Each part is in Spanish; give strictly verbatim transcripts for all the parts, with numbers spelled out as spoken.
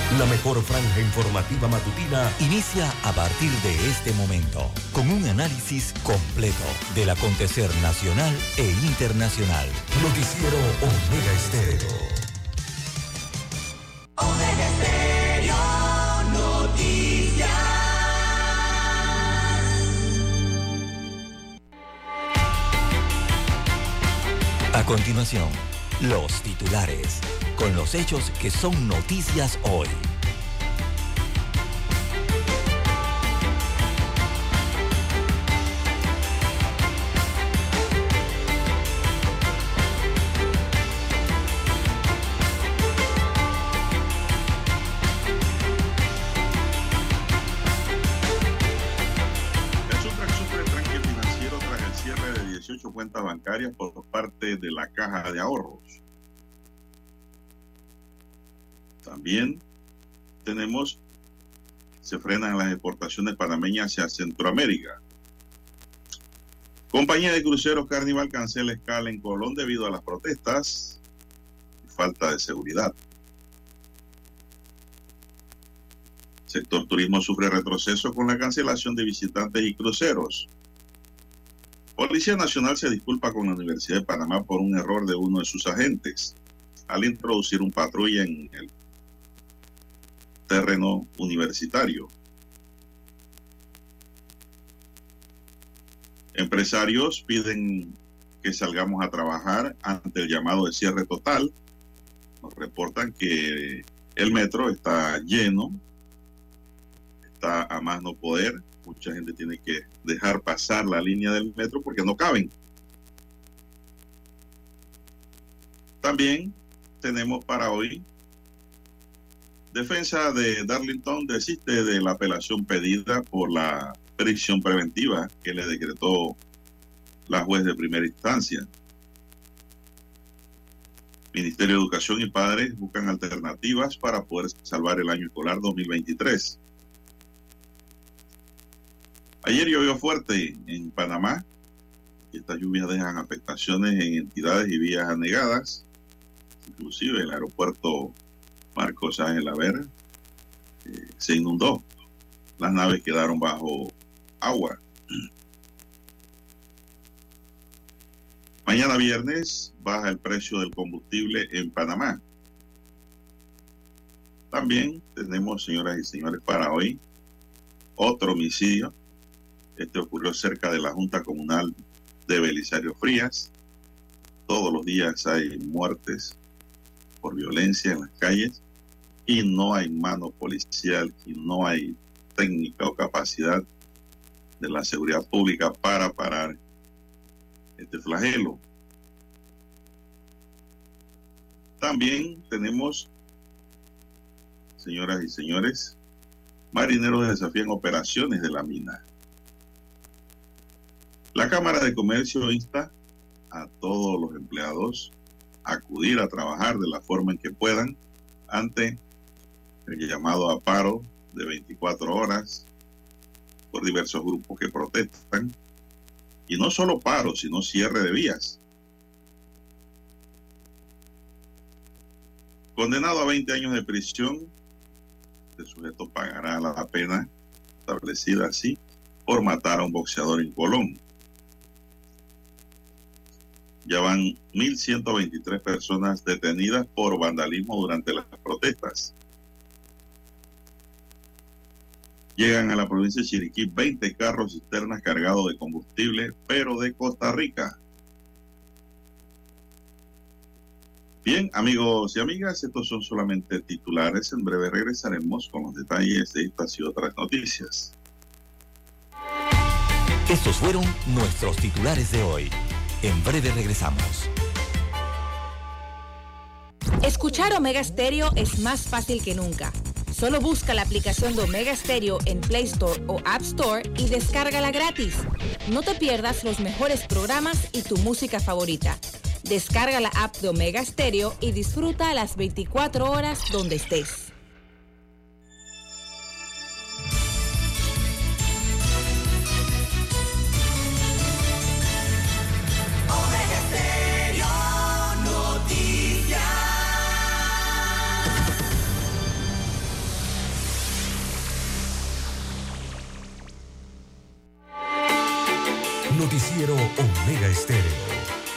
La mejor franja informativa matutina inicia a partir de este momento con un análisis completo del acontecer nacional e internacional. Noticiero Omega Estéreo. Omega Estéreo Noticias. A continuación, los titulares, con los hechos que son noticias hoy. Cuentas bancarias por parte de la Caja de Ahorros. También tenemos, se frenan las exportaciones panameñas hacia Centroamérica. Compañía de cruceros Carnival cancela escala en Colón debido a las protestas y falta de seguridad. Sector turismo sufre retroceso con la cancelación de visitantes y cruceros. Policía Nacional se disculpa con la Universidad de Panamá por un error de uno de sus agentes al introducir un patrulla en el terreno universitario. Empresarios piden que salgamos a trabajar ante el llamado de cierre total. Nos reportan que el metro está lleno, está a más no poder. Mucha gente tiene que dejar pasar la línea del metro porque no caben. También tenemos para hoy: defensa de Darlington desiste de la apelación pedida por la prisión preventiva que le decretó la juez de primera instancia. Ministerio de Educación y Padres buscan alternativas para poder salvar el año escolar dos mil veintitrés. Ayer llovió fuerte en Panamá y estas lluvias dejan afectaciones en entidades y vías anegadas. Inclusive el aeropuerto Marcos Ángel Lavera eh, se inundó. Las naves quedaron bajo agua. Mañana viernes baja el precio del combustible en Panamá. También tenemos, señoras y señores, para hoy otro homicidio. Este ocurrió cerca de la Junta Comunal de Belisario Frías. Todos los días hay muertes por violencia en las calles y no hay mano policial y no hay técnica o capacidad de la seguridad pública para parar este flagelo. También tenemos, señoras y señores, marineros desafían operaciones de la mina. La Cámara de Comercio insta a todos los empleados a acudir a trabajar de la forma en que puedan ante el llamado a paro de veinticuatro horas por diversos grupos que protestan. Y no solo paro, sino cierre de vías. Condenado a veinte años de prisión, el sujeto pagará la pena establecida así por matar a un boxeador en Colón. Ya van mil ciento veintitrés personas detenidas por vandalismo durante las protestas. Llegan a la provincia de Chiriquí veinte carros cisternas cargados de combustible, pero de Costa Rica. Bien, amigos y amigas, estos son solamente titulares. En breve regresaremos con los detalles de estas y otras noticias. Estos fueron nuestros titulares de hoy. En breve regresamos. Escuchar Omega Stereo es más fácil que nunca. Solo busca la aplicación de Omega Stereo en Play Store o App Store y descárgala gratis. No te pierdas los mejores programas y tu música favorita. Descarga la app de Omega Stereo y disfruta las veinticuatro horas donde estés. Noticiero Omega Estéreo.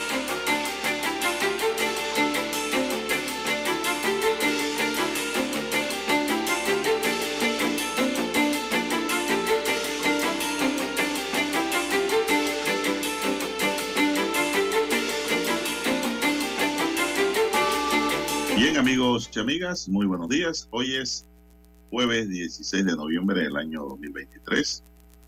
Bien, amigos y amigas, muy buenos días. Hoy es jueves dieciséis de noviembre del año dos mil veintitrés.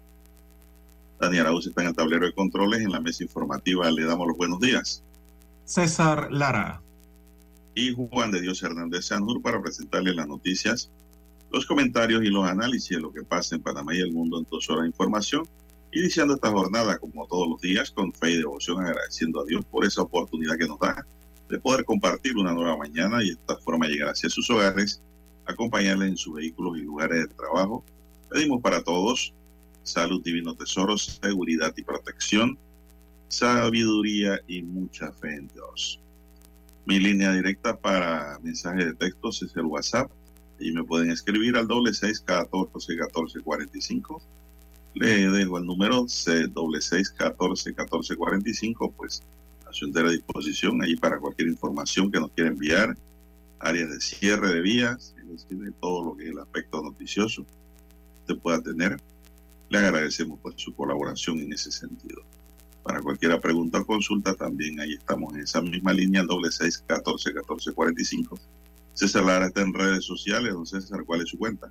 Daniel Araúz está en el tablero de controles. En la mesa informativa le damos los buenos días. César Lara. Y Juan de Dios Hernández Sanjur para presentarles las noticias, los comentarios y los análisis de lo que pasa en Panamá y el mundo en dos horas de información. Iniciando esta jornada, como todos los días, con fe y devoción, agradeciendo a Dios por esa oportunidad que nos da de poder compartir una nueva mañana y de esta forma llegar hacia sus hogares, acompañarles en sus vehículos y lugares de trabajo. Pedimos para todos salud, divino tesoro, seguridad y protección, sabiduría y mucha fe en Dios. Mi línea directa para mensajes de texto es el WhatsApp y me pueden escribir al doble seis catorce catorce cuarenta y cinco. Le dejo el número C doble seis catorce catorce cuarenta y cinco, pues a su entera disposición ahí para cualquier información que nos quiera enviar, áreas de cierre de vías, es decir, de todo lo que es el aspecto noticioso que usted pueda tener. Le agradecemos por su colaboración en ese sentido. Para cualquier pregunta o consulta, también ahí estamos en esa misma línea, doble seis catorce catorce cuarenta y cinco. César Lara está en redes sociales. Don César, ¿cuál es su cuenta?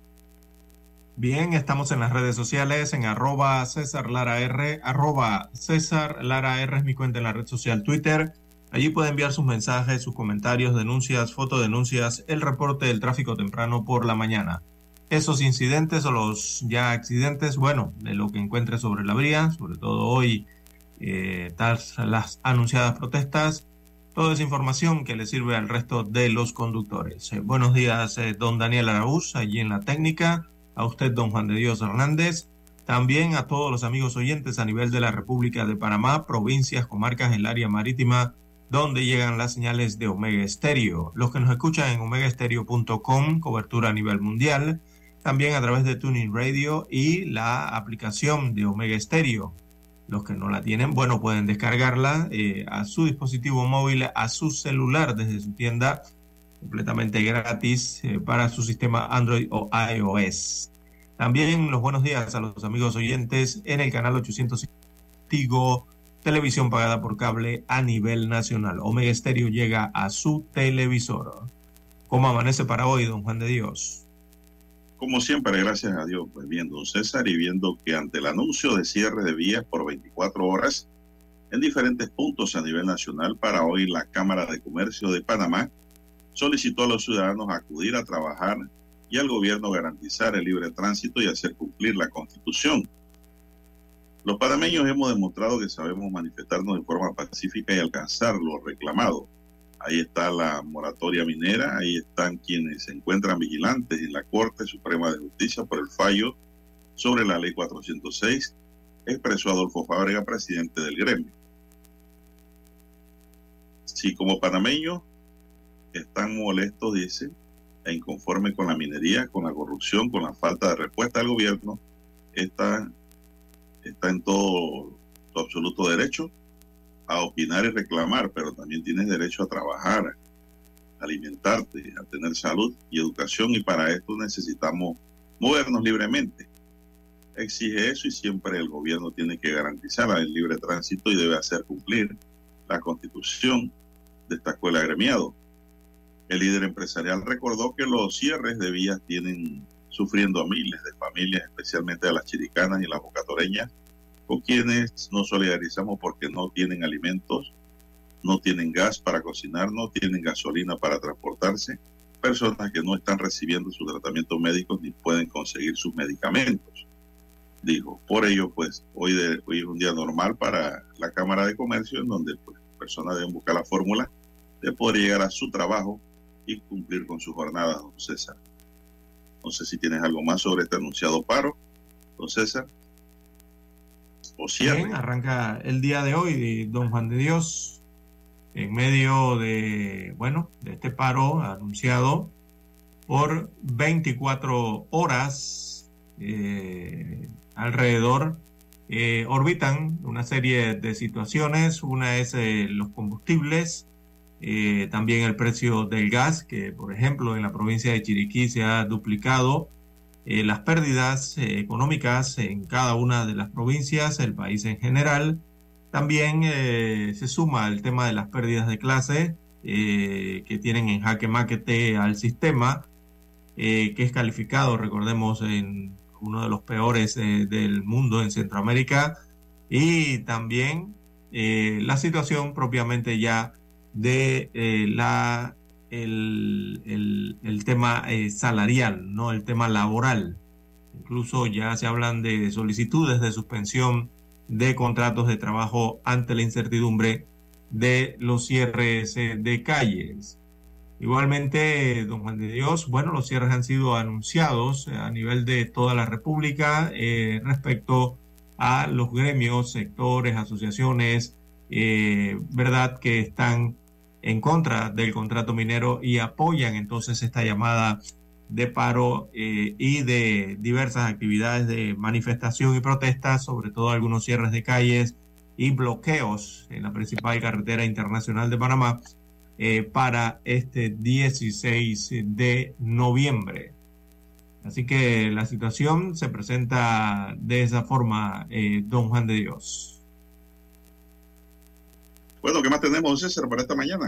Bien, estamos en las redes sociales, en arroba César Lara R, arroba César Lara R es mi cuenta en la red social Twitter. Allí puede enviar sus mensajes, sus comentarios, denuncias, fotodenuncias, el reporte del tráfico temprano por la mañana. Esos incidentes o los ya accidentes, bueno, de lo que encuentre sobre la vía, sobre todo hoy, eh, tras las anunciadas protestas, toda esa información que le sirve al resto de los conductores. Eh, buenos días, eh, don Daniel Araúz, allí en la técnica. A usted, don Juan de Dios Hernández, también a todos los amigos oyentes a nivel de la República de Panamá, provincias, comarcas, el área marítima, donde llegan las señales de Omega Estéreo. Los que nos escuchan en omega estéreo punto com, cobertura a nivel mundial, también a través de Tuning Radio y la aplicación de Omega Estéreo. Los que no la tienen, bueno, pueden descargarla eh, a su dispositivo móvil, a su celular desde su tienda, completamente gratis eh, para su sistema Android o iOS. También los buenos días a los amigos oyentes en el canal ochocientos Tigo, televisión pagada por cable a nivel nacional. Omega Estéreo llega a su televisor. ¿Cómo amanece para hoy, don Juan de Dios? Como siempre, gracias a Dios, pues bien, don César, y viendo que ante el anuncio de cierre de vías por veinticuatro horas en diferentes puntos a nivel nacional, para hoy la Cámara de Comercio de Panamá solicitó a los ciudadanos acudir a trabajar y al gobierno garantizar el libre tránsito y hacer cumplir la Constitución. Los panameños hemos demostrado que sabemos manifestarnos de forma pacífica y alcanzar lo reclamado. Ahí está la moratoria minera, ahí están quienes se encuentran vigilantes en la Corte Suprema de Justicia por el fallo sobre la Ley cuatrocientos seis, expresó Adolfo Fábrega, presidente del gremio. Si como panameños están molestos, dice, e inconformes con la minería, con la corrupción, con la falta de respuesta del gobierno, está, está en todo su absoluto derecho a opinar y reclamar, pero también tienes derecho a trabajar, a alimentarte, a tener salud y educación, y para esto necesitamos movernos libremente. Exige eso y siempre el gobierno tiene que garantizar el libre tránsito y debe hacer cumplir la Constitución de esta escuela de gremiados. El líder empresarial recordó que los cierres de vías tienen sufriendo a miles de familias, especialmente a las chiricanas y las bocatoreñas, con quienes nos solidarizamos porque no tienen alimentos, no tienen gas para cocinar, no tienen gasolina para transportarse, personas que no están recibiendo sus tratamientos médicos ni pueden conseguir sus medicamentos. Dijo, por ello, pues, hoy, de, hoy es un día normal para la Cámara de Comercio, en donde pues, personas deben buscar la fórmula de poder llegar a su trabajo y cumplir con sus jornadas, don César. No sé si tienes algo más sobre este anunciado paro, don César. O cierre. Bien, arranca el día de hoy, don Juan de Dios, en medio de, bueno, de este paro anunciado por veinticuatro horas, eh, alrededor eh, orbitan una serie de situaciones. Una es eh, los combustibles, eh, también el precio del gas, que por ejemplo en la provincia de Chiriquí se ha duplicado. Eh, las pérdidas eh, económicas en cada una de las provincias, el país en general. También eh, se suma el tema de las pérdidas de clase eh, que tienen en jaque mate al sistema, eh, que es calificado, recordemos, en uno de los peores eh, del mundo en Centroamérica. Y también eh, la situación propiamente ya de eh, la El, el, el tema eh, salarial, ¿no? El tema laboral. Incluso ya se hablan de solicitudes de suspensión de contratos de trabajo ante la incertidumbre de los cierres eh, de calles. Igualmente, don Juan de Dios, bueno, los cierres han sido anunciados a nivel de toda la República eh, respecto a los gremios, sectores, asociaciones, eh, ¿verdad?, que están en contra del contrato minero y apoyan entonces esta llamada de paro eh, y de diversas actividades de manifestación y protesta, sobre todo algunos cierres de calles y bloqueos en la principal carretera internacional de Panamá eh, para este dieciséis de noviembre. Así que la situación se presenta de esa forma, eh, don Juan de Dios. Bueno, ¿qué más tenemos, César, para esta mañana?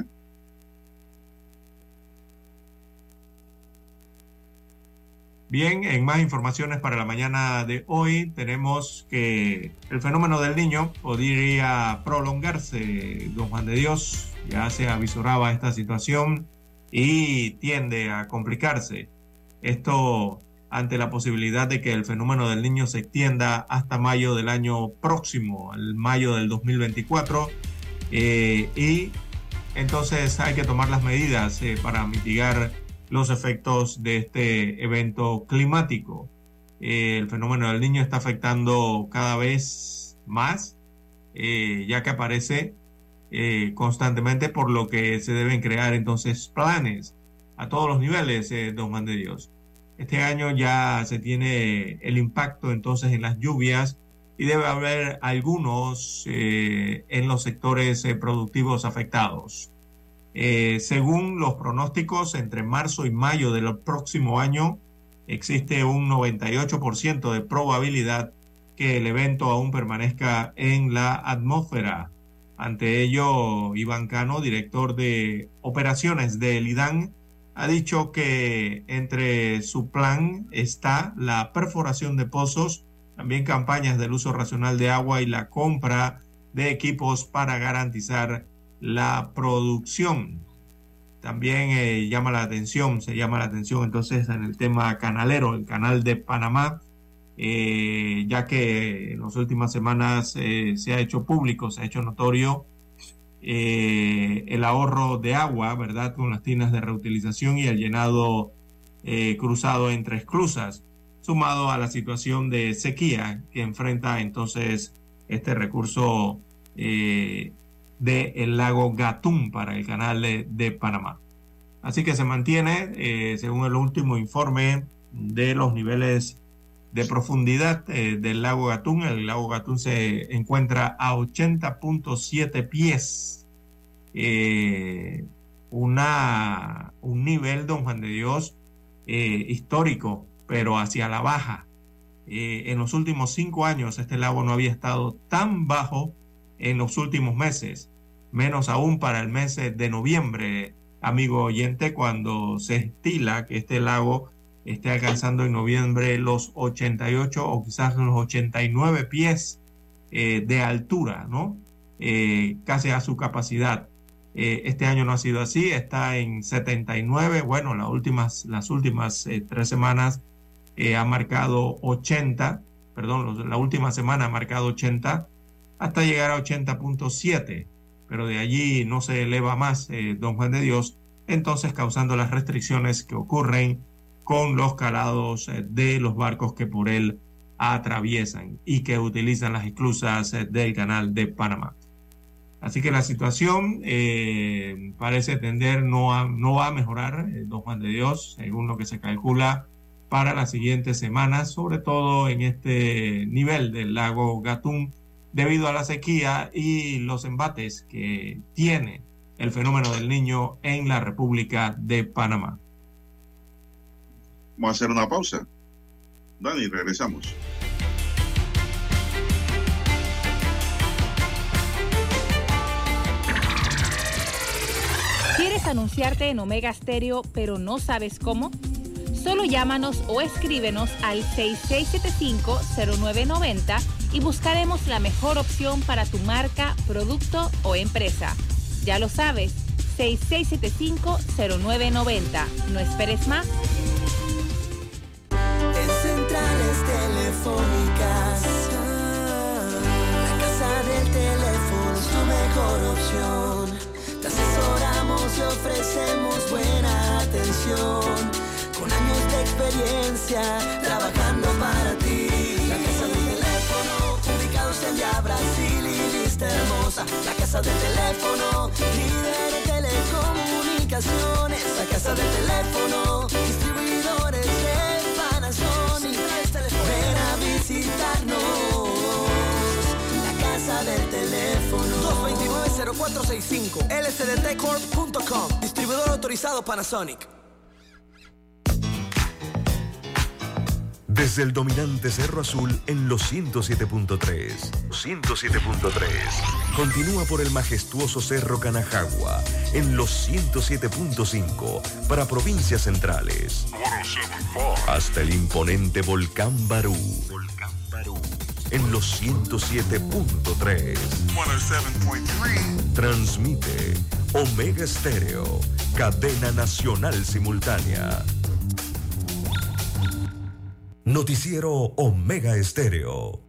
Bien, en más informaciones para la mañana de hoy tenemos que el fenómeno del Niño podría prolongarse, don Juan de Dios. Ya se avisoraba esta situación y tiende a complicarse. Esto ante la posibilidad de que el fenómeno del Niño se extienda hasta mayo del año próximo, el mayo del dos mil veinticuatro. Eh, y entonces hay que tomar las medidas eh, para mitigar los efectos de este evento climático. Eh, el fenómeno del Niño está afectando cada vez más, eh, ya que aparece eh, constantemente, por lo que se deben crear entonces planes a todos los niveles, eh, don Juan de Dios. Este año ya se tiene el impacto entonces en las lluvias, y debe haber algunos eh, en los sectores eh, productivos afectados. Eh, según los pronósticos, entre marzo y mayo del próximo año existe un noventa y ocho por ciento de probabilidad que el evento aún permanezca en la atmósfera. Ante ello, Iván Cano, director de operaciones del IDAN, ha dicho que entre su plan está la perforación de pozos, también campañas del uso racional de agua y la compra de equipos para garantizar la producción. También eh, llama la atención, se llama la atención entonces en el tema canalero, el canal de Panamá, eh, ya que en las últimas semanas eh, se ha hecho público, se ha hecho notorio eh, el ahorro de agua, ¿verdad?, con las tinas de reutilización y el llenado eh, cruzado entre esclusas, sumado a la situación de sequía que enfrenta entonces este recurso eh, del lago Gatún para el canal de, de Panamá. Así que se mantiene, eh, según el último informe de los niveles de profundidad eh, del lago Gatún, el lago Gatún se encuentra a ochenta punto siete pies, eh, una, un nivel, don Juan de Dios, eh, histórico, pero hacia la baja. Eh, en los últimos cinco años este lago no había estado tan bajo en los últimos meses, menos aún para el mes de noviembre, amigo oyente, cuando se estila que este lago esté alcanzando en noviembre los ochenta y ocho o quizás los ochenta y nueve pies eh, de altura, ¿no? Eh, casi a su capacidad. Eh, este año no ha sido así, está en setenta y nueve. Bueno, las últimas, las últimas eh, tres semanas Eh, ha marcado ochenta, perdón, la última semana ha marcado ochenta, hasta llegar a ochenta punto siete, pero de allí no se eleva más, eh, don Juan de Dios, entonces causando las restricciones que ocurren con los calados eh, de los barcos que por él atraviesan y que utilizan las esclusas eh, del canal de Panamá. Así que la situación eh, parece tender no, a, no va a mejorar, eh, don Juan de Dios, según lo que se calcula. para las siguientes semanas, sobre todo en este nivel del lago Gatún, debido a la sequía y los embates que tiene el fenómeno del Niño en la República de Panamá. Vamos a hacer una pausa. Dani, regresamos. ¿Quieres anunciarte en Omega Stereo, pero no sabes cómo? Solo llámanos o escríbenos al seis seis siete cinco, cero nueve nueve cero y buscaremos la mejor opción para tu marca, producto o empresa. Ya lo sabes, seis seis siete cinco, cero nueve nueve cero. No esperes más. En centrales telefónicas, la casa del teléfono es tu mejor opción. Te asesoramos y ofrecemos buena atención, con años de experiencia trabajando para ti. La casa del teléfono, ubicados en Via Brasil y Vista Hermosa. La casa del teléfono, líder de telecomunicaciones. La casa del teléfono, distribuidores de Panasonic. Ven a visitarnos. La casa del teléfono. dos dos nueve, cero cuatro seis cinco. L C D T corp punto com. Distribuidor autorizado Panasonic. Desde el dominante Cerro Azul en los ciento siete punto tres. ciento siete punto tres. Continúa por el majestuoso Cerro Canajagua en los ciento siete punto cinco para provincias centrales. Hasta el imponente Volcán Barú. Volcán Barú en los ciento siete punto tres. Transmite Omega Stereo, cadena nacional simultánea. Noticiero Omega Estéreo.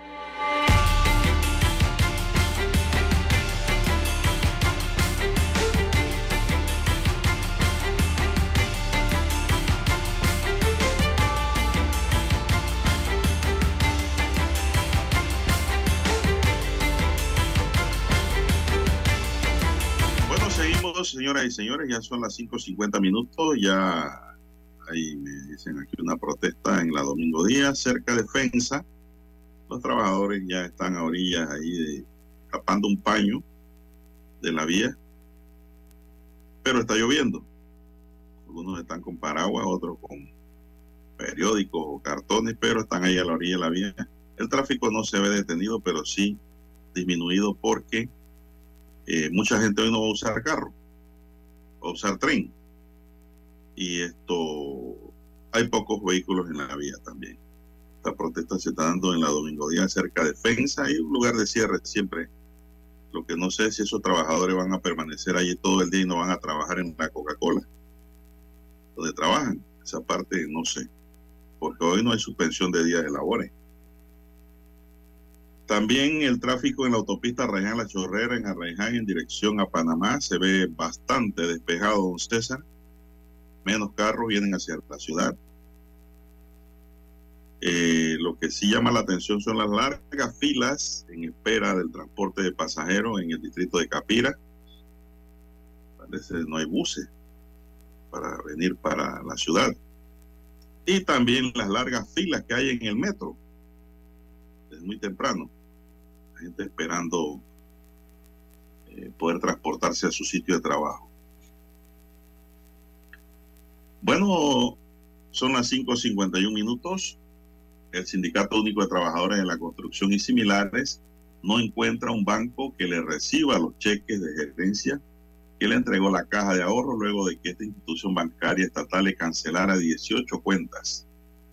Bueno, seguimos, señoras y señores, ya son las cinco cincuenta minutos, ya. Ahí me dicen aquí una protesta en la Domingo Díaz, cerca de Fensa. Los trabajadores ya están a orillas ahí de, tapando un paño de la vía, pero está lloviendo. Algunos están con paraguas, otros con periódicos o cartones, pero están ahí a la orilla de la vía. El tráfico no se ve detenido, pero sí disminuido porque eh, mucha gente hoy no va a usar carro, va a usar tren. Y esto, hay pocos vehículos en la vía también. Esta protesta se está dando en la Domingo Díaz, cerca de Fensa, y un lugar de cierre siempre. Lo que no sé es si esos trabajadores van a permanecer allí todo el día y no van a trabajar en la Coca-Cola, donde trabajan. Esa parte no sé, porque hoy no hay suspensión de días de labores. También el tráfico en la autopista Arraiján-La Chorrera, en Arraiján, en dirección a Panamá, se ve bastante despejado, don César. Menos carros vienen hacia la ciudad. Eh, lo que sí llama la atención son las largas filas en espera del transporte de pasajeros en el distrito de Capira. Parece que no hay buses para venir para la ciudad. Y también las largas filas que hay en el metro. Es muy temprano. La gente esperando eh, poder transportarse a su sitio de trabajo. Bueno, son las cinco cincuenta y un minutos. El Sindicato Único de Trabajadores de la Construcción y similares no encuentra un banco que le reciba los cheques de gerencia que le entregó la Caja de Ahorro luego de que esta institución bancaria estatal le cancelara dieciocho cuentas.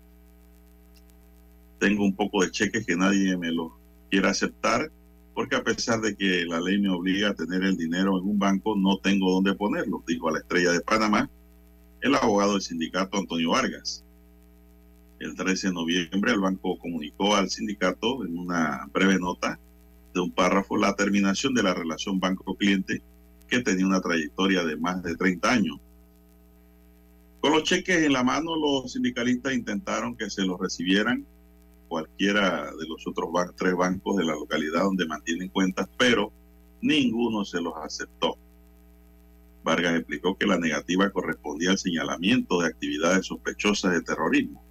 Tengo un poco de cheques que nadie me los quiere aceptar porque a pesar de que la ley me obliga a tener el dinero en un banco, no tengo dónde ponerlo, dijo a La Estrella de Panamá el abogado del sindicato Antonio Vargas. El trece de noviembre el banco comunicó al sindicato en una breve nota de un párrafo la terminación de la relación banco-cliente que tenía una trayectoria de más de treinta años. Con los cheques en la mano, los sindicalistas intentaron que se los recibieran cualquiera de los otros ban- tres bancos de la localidad donde mantienen cuentas, pero ninguno se los aceptó. Vargas explicó que la negativa correspondía al señalamiento de actividades sospechosas de terrorismo.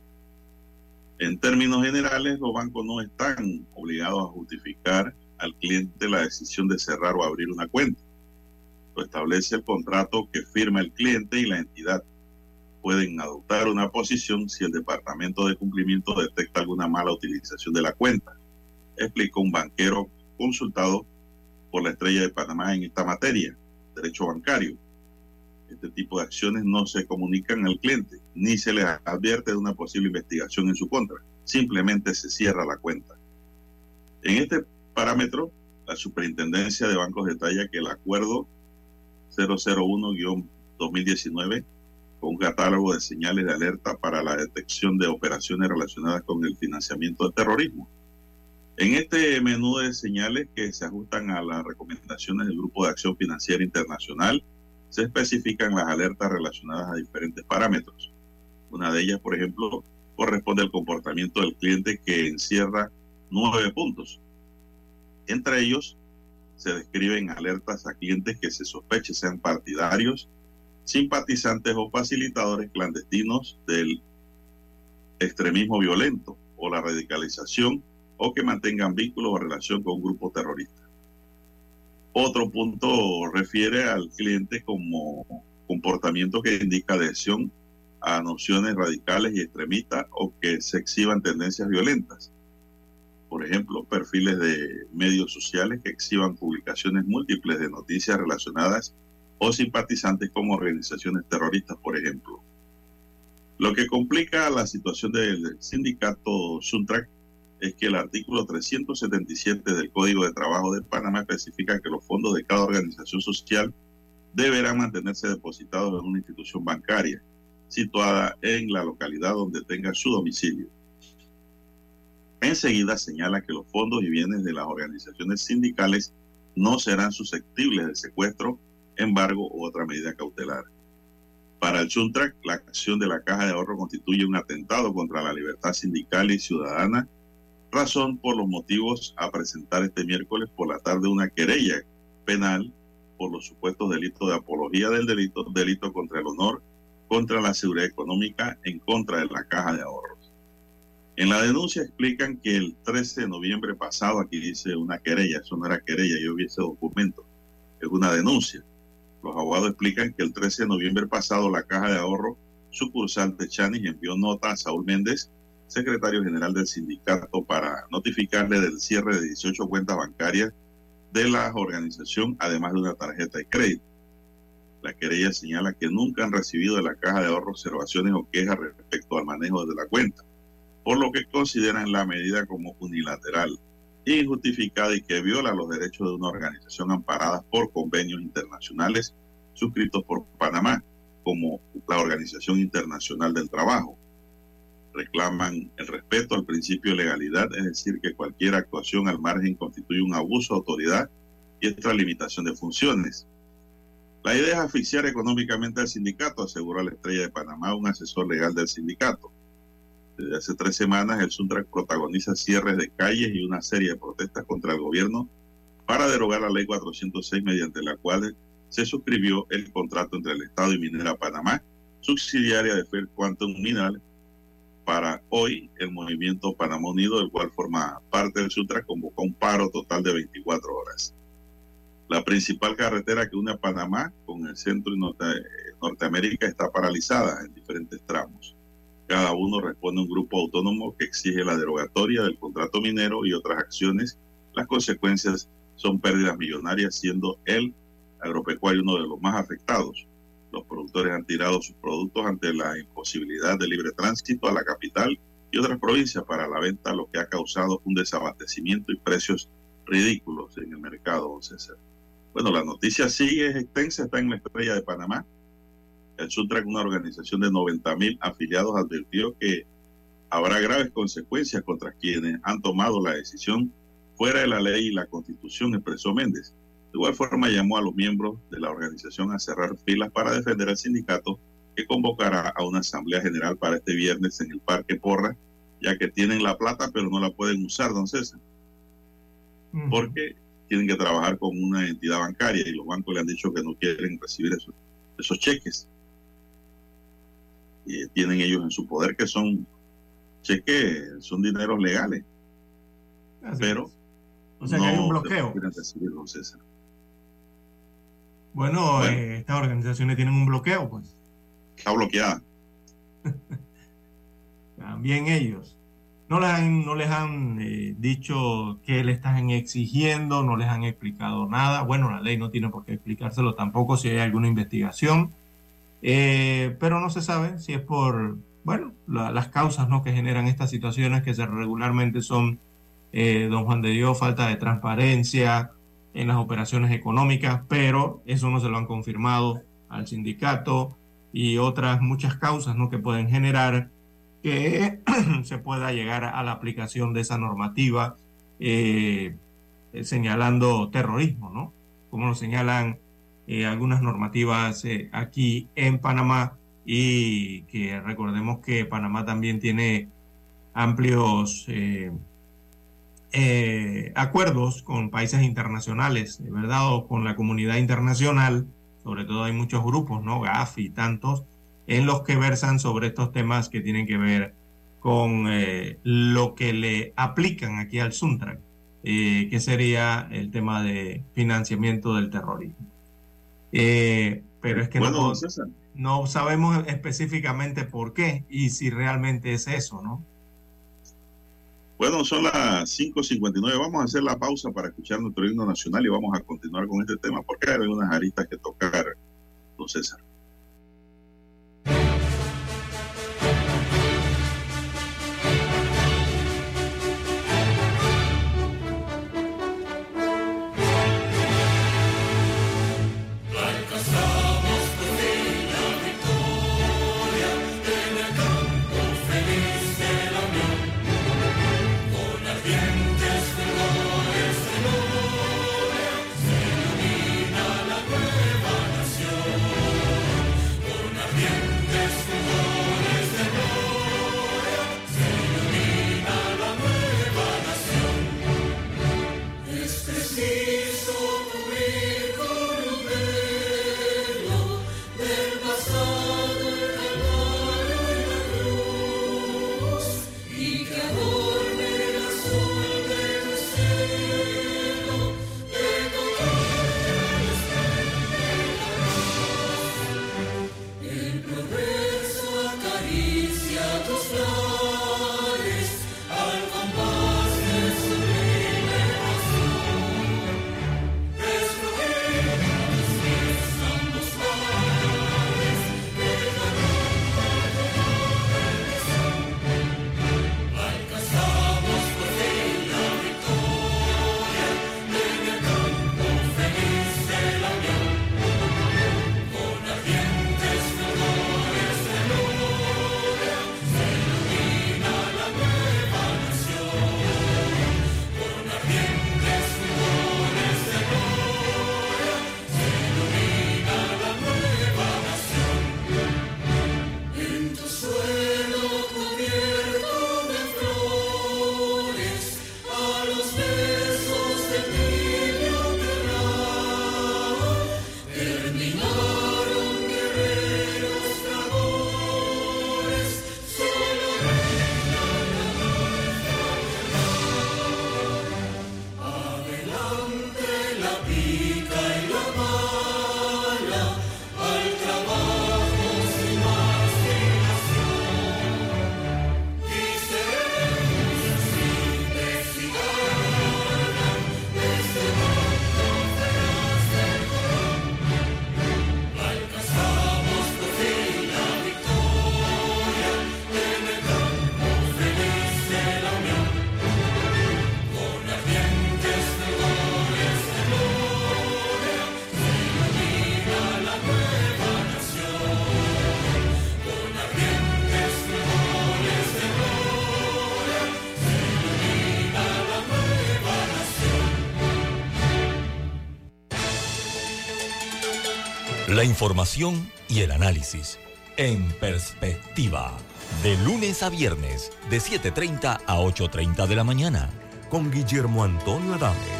En términos generales, los bancos no están obligados a justificar al cliente la decisión de cerrar o abrir una cuenta. Lo establece el contrato que firma el cliente y la entidad. Pueden adoptar una posición si el Departamento de Cumplimiento detecta alguna mala utilización de la cuenta, explicó un banquero consultado por la Estrella de Panamá en esta materia, derecho bancario. Este tipo de acciones no se comunican al cliente, ni se le advierte de una posible investigación en su contra. Simplemente se cierra la cuenta. En este parámetro, la Superintendencia de Bancos detalla que el acuerdo cero cero uno guión dos mil diecinueve, con un catálogo de señales de alerta para la detección de operaciones relacionadas con el financiamiento del terrorismo. En este menú de señales que se ajustan a las recomendaciones del Grupo de Acción Financiera Internacional, se especifican las alertas relacionadas a diferentes parámetros. Una de ellas, por ejemplo, corresponde al comportamiento del cliente, que encierra nueve puntos. Entre ellos, se describen alertas a clientes que se sospeche sean partidarios, simpatizantes o facilitadores clandestinos del extremismo violento o la radicalización, o que mantengan vínculos o relación con un grupo terrorista. Otro punto refiere al cliente como comportamiento que indica adhesión a nociones radicales y extremistas o que se exhiban tendencias violentas. Por ejemplo, perfiles de medios sociales que exhiban publicaciones múltiples de noticias relacionadas o simpatizantes con organizaciones terroristas, por ejemplo. Lo que complica la situación del sindicato Suntrack es que el artículo trescientos setenta y siete del Código de Trabajo de Panamá especifica que los fondos de cada organización social deberán mantenerse depositados en una institución bancaria situada en la localidad donde tenga su domicilio. Enseguida señala que los fondos y bienes de las organizaciones sindicales no serán susceptibles de secuestro, embargo u otra medida cautelar. Para el Suntrack, la acción de la Caja de Ahorro constituye un atentado contra la libertad sindical y ciudadana, razón por los motivos a presentar este miércoles por la tarde una querella penal por los supuestos delitos de apología del delito, delito contra el honor, contra la seguridad económica, en contra de la Caja de Ahorros. En la denuncia explican que el trece de noviembre pasado, aquí dice una querella, eso no era querella, yo vi ese documento, es una denuncia. Los abogados explican que el trece de noviembre pasado la Caja de Ahorro sucursal de Chanis envió nota a Saúl Méndez, secretario general del sindicato, para notificarle del cierre de dieciocho cuentas bancarias de la organización, además de una tarjeta de crédito. La querella señala que nunca han recibido de la Caja de Ahorro observaciones o quejas respecto al manejo de la cuenta, por lo que consideran la medida como unilateral, injustificada y que viola los derechos de una organización amparada por convenios internacionales suscritos por Panamá, como la Organización Internacional del Trabajo. Reclaman el respeto al principio de legalidad, es decir, que cualquier actuación al margen constituye un abuso de autoridad y extralimitación de funciones. La idea es asfixiar económicamente al sindicato, aseguró la Estrella de Panamá, un asesor legal del sindicato. Desde hace tres semanas, el Suntrack protagoniza cierres de calles y una serie de protestas contra el gobierno para derogar la ley cuatrocientos seis, mediante la cual se suscribió el contrato entre el Estado y Minera Panamá, subsidiaria de Fair Quantum Mineral. Para hoy, el movimiento Panamá Unido, del cual forma parte del Suntrack, convocó un paro total de veinticuatro horas. La principal carretera que une a Panamá con el centro y norte, Norteamérica está paralizada en diferentes tramos. Cada uno responde a un grupo autónomo que exige la derogatoria del contrato minero y otras acciones. Las consecuencias son pérdidas millonarias, siendo el agropecuario uno de los más afectados. Los productores han tirado sus productos ante la imposibilidad de libre tránsito a la capital y otras provincias para la venta, lo que ha causado un desabastecimiento y precios ridículos en el mercado, don César. Bueno, la noticia sigue, es extensa, está en la Estrella de Panamá. El Suntrack, una organización de noventa mil afiliados, advirtió que habrá graves consecuencias contra quienes han tomado la decisión fuera de la ley y la Constitución, expresó Méndez. De igual forma, llamó a los miembros de la organización a cerrar filas para defender al sindicato, que convocará a una asamblea general para este viernes en el Parque Porra, ya que tienen la plata pero no la pueden usar, don César. Uh-huh. Porque tienen que trabajar con una entidad bancaria y los bancos le han dicho que no quieren recibir esos, esos cheques. Y tienen ellos en su poder que son cheques, son dineros legales. Así pero es. O sea no que hay un bloqueo. quieren recibirlo, César. Bueno, Bueno. Eh, estas organizaciones tienen un bloqueo, pues. Está bloqueada. También ellos. No les han, no les han eh, dicho qué le están exigiendo, no les han explicado nada. Bueno, la ley no tiene por qué explicárselo tampoco si hay alguna investigación. Eh, pero no se sabe si es por, bueno, la, las causas, ¿no?, que generan estas situaciones que se regularmente son, eh, don Juan de Dios, falta de transparencia en las operaciones económicas, pero eso no se lo han confirmado al sindicato y otras muchas causas, ¿no?, que pueden generar que se pueda llegar a la aplicación de esa normativa, eh, eh, señalando terrorismo, ¿no? Como lo señalan eh, algunas normativas eh, aquí en Panamá, y que recordemos que Panamá también tiene amplios eh, eh, acuerdos con países internacionales, ¿verdad? O con la comunidad internacional, sobre todo hay muchos grupos, ¿no? Gafi y tantos, en los que versan sobre estos temas que tienen que ver con eh, lo que le aplican aquí al SUNTRAC, eh, que sería el tema de financiamiento del terrorismo. Eh, pero es que Bueno, no, César, no sabemos específicamente por qué y si realmente es eso, ¿no? bueno, son las cinco cincuenta y nueve. Vamos a hacer la pausa para escuchar nuestro himno nacional y vamos a continuar con este tema porque hay algunas aristas que tocar, don César. La información y el análisis en perspectiva, de lunes a viernes, de siete y media a ocho y media de la mañana. Con Guillermo Antonio Adames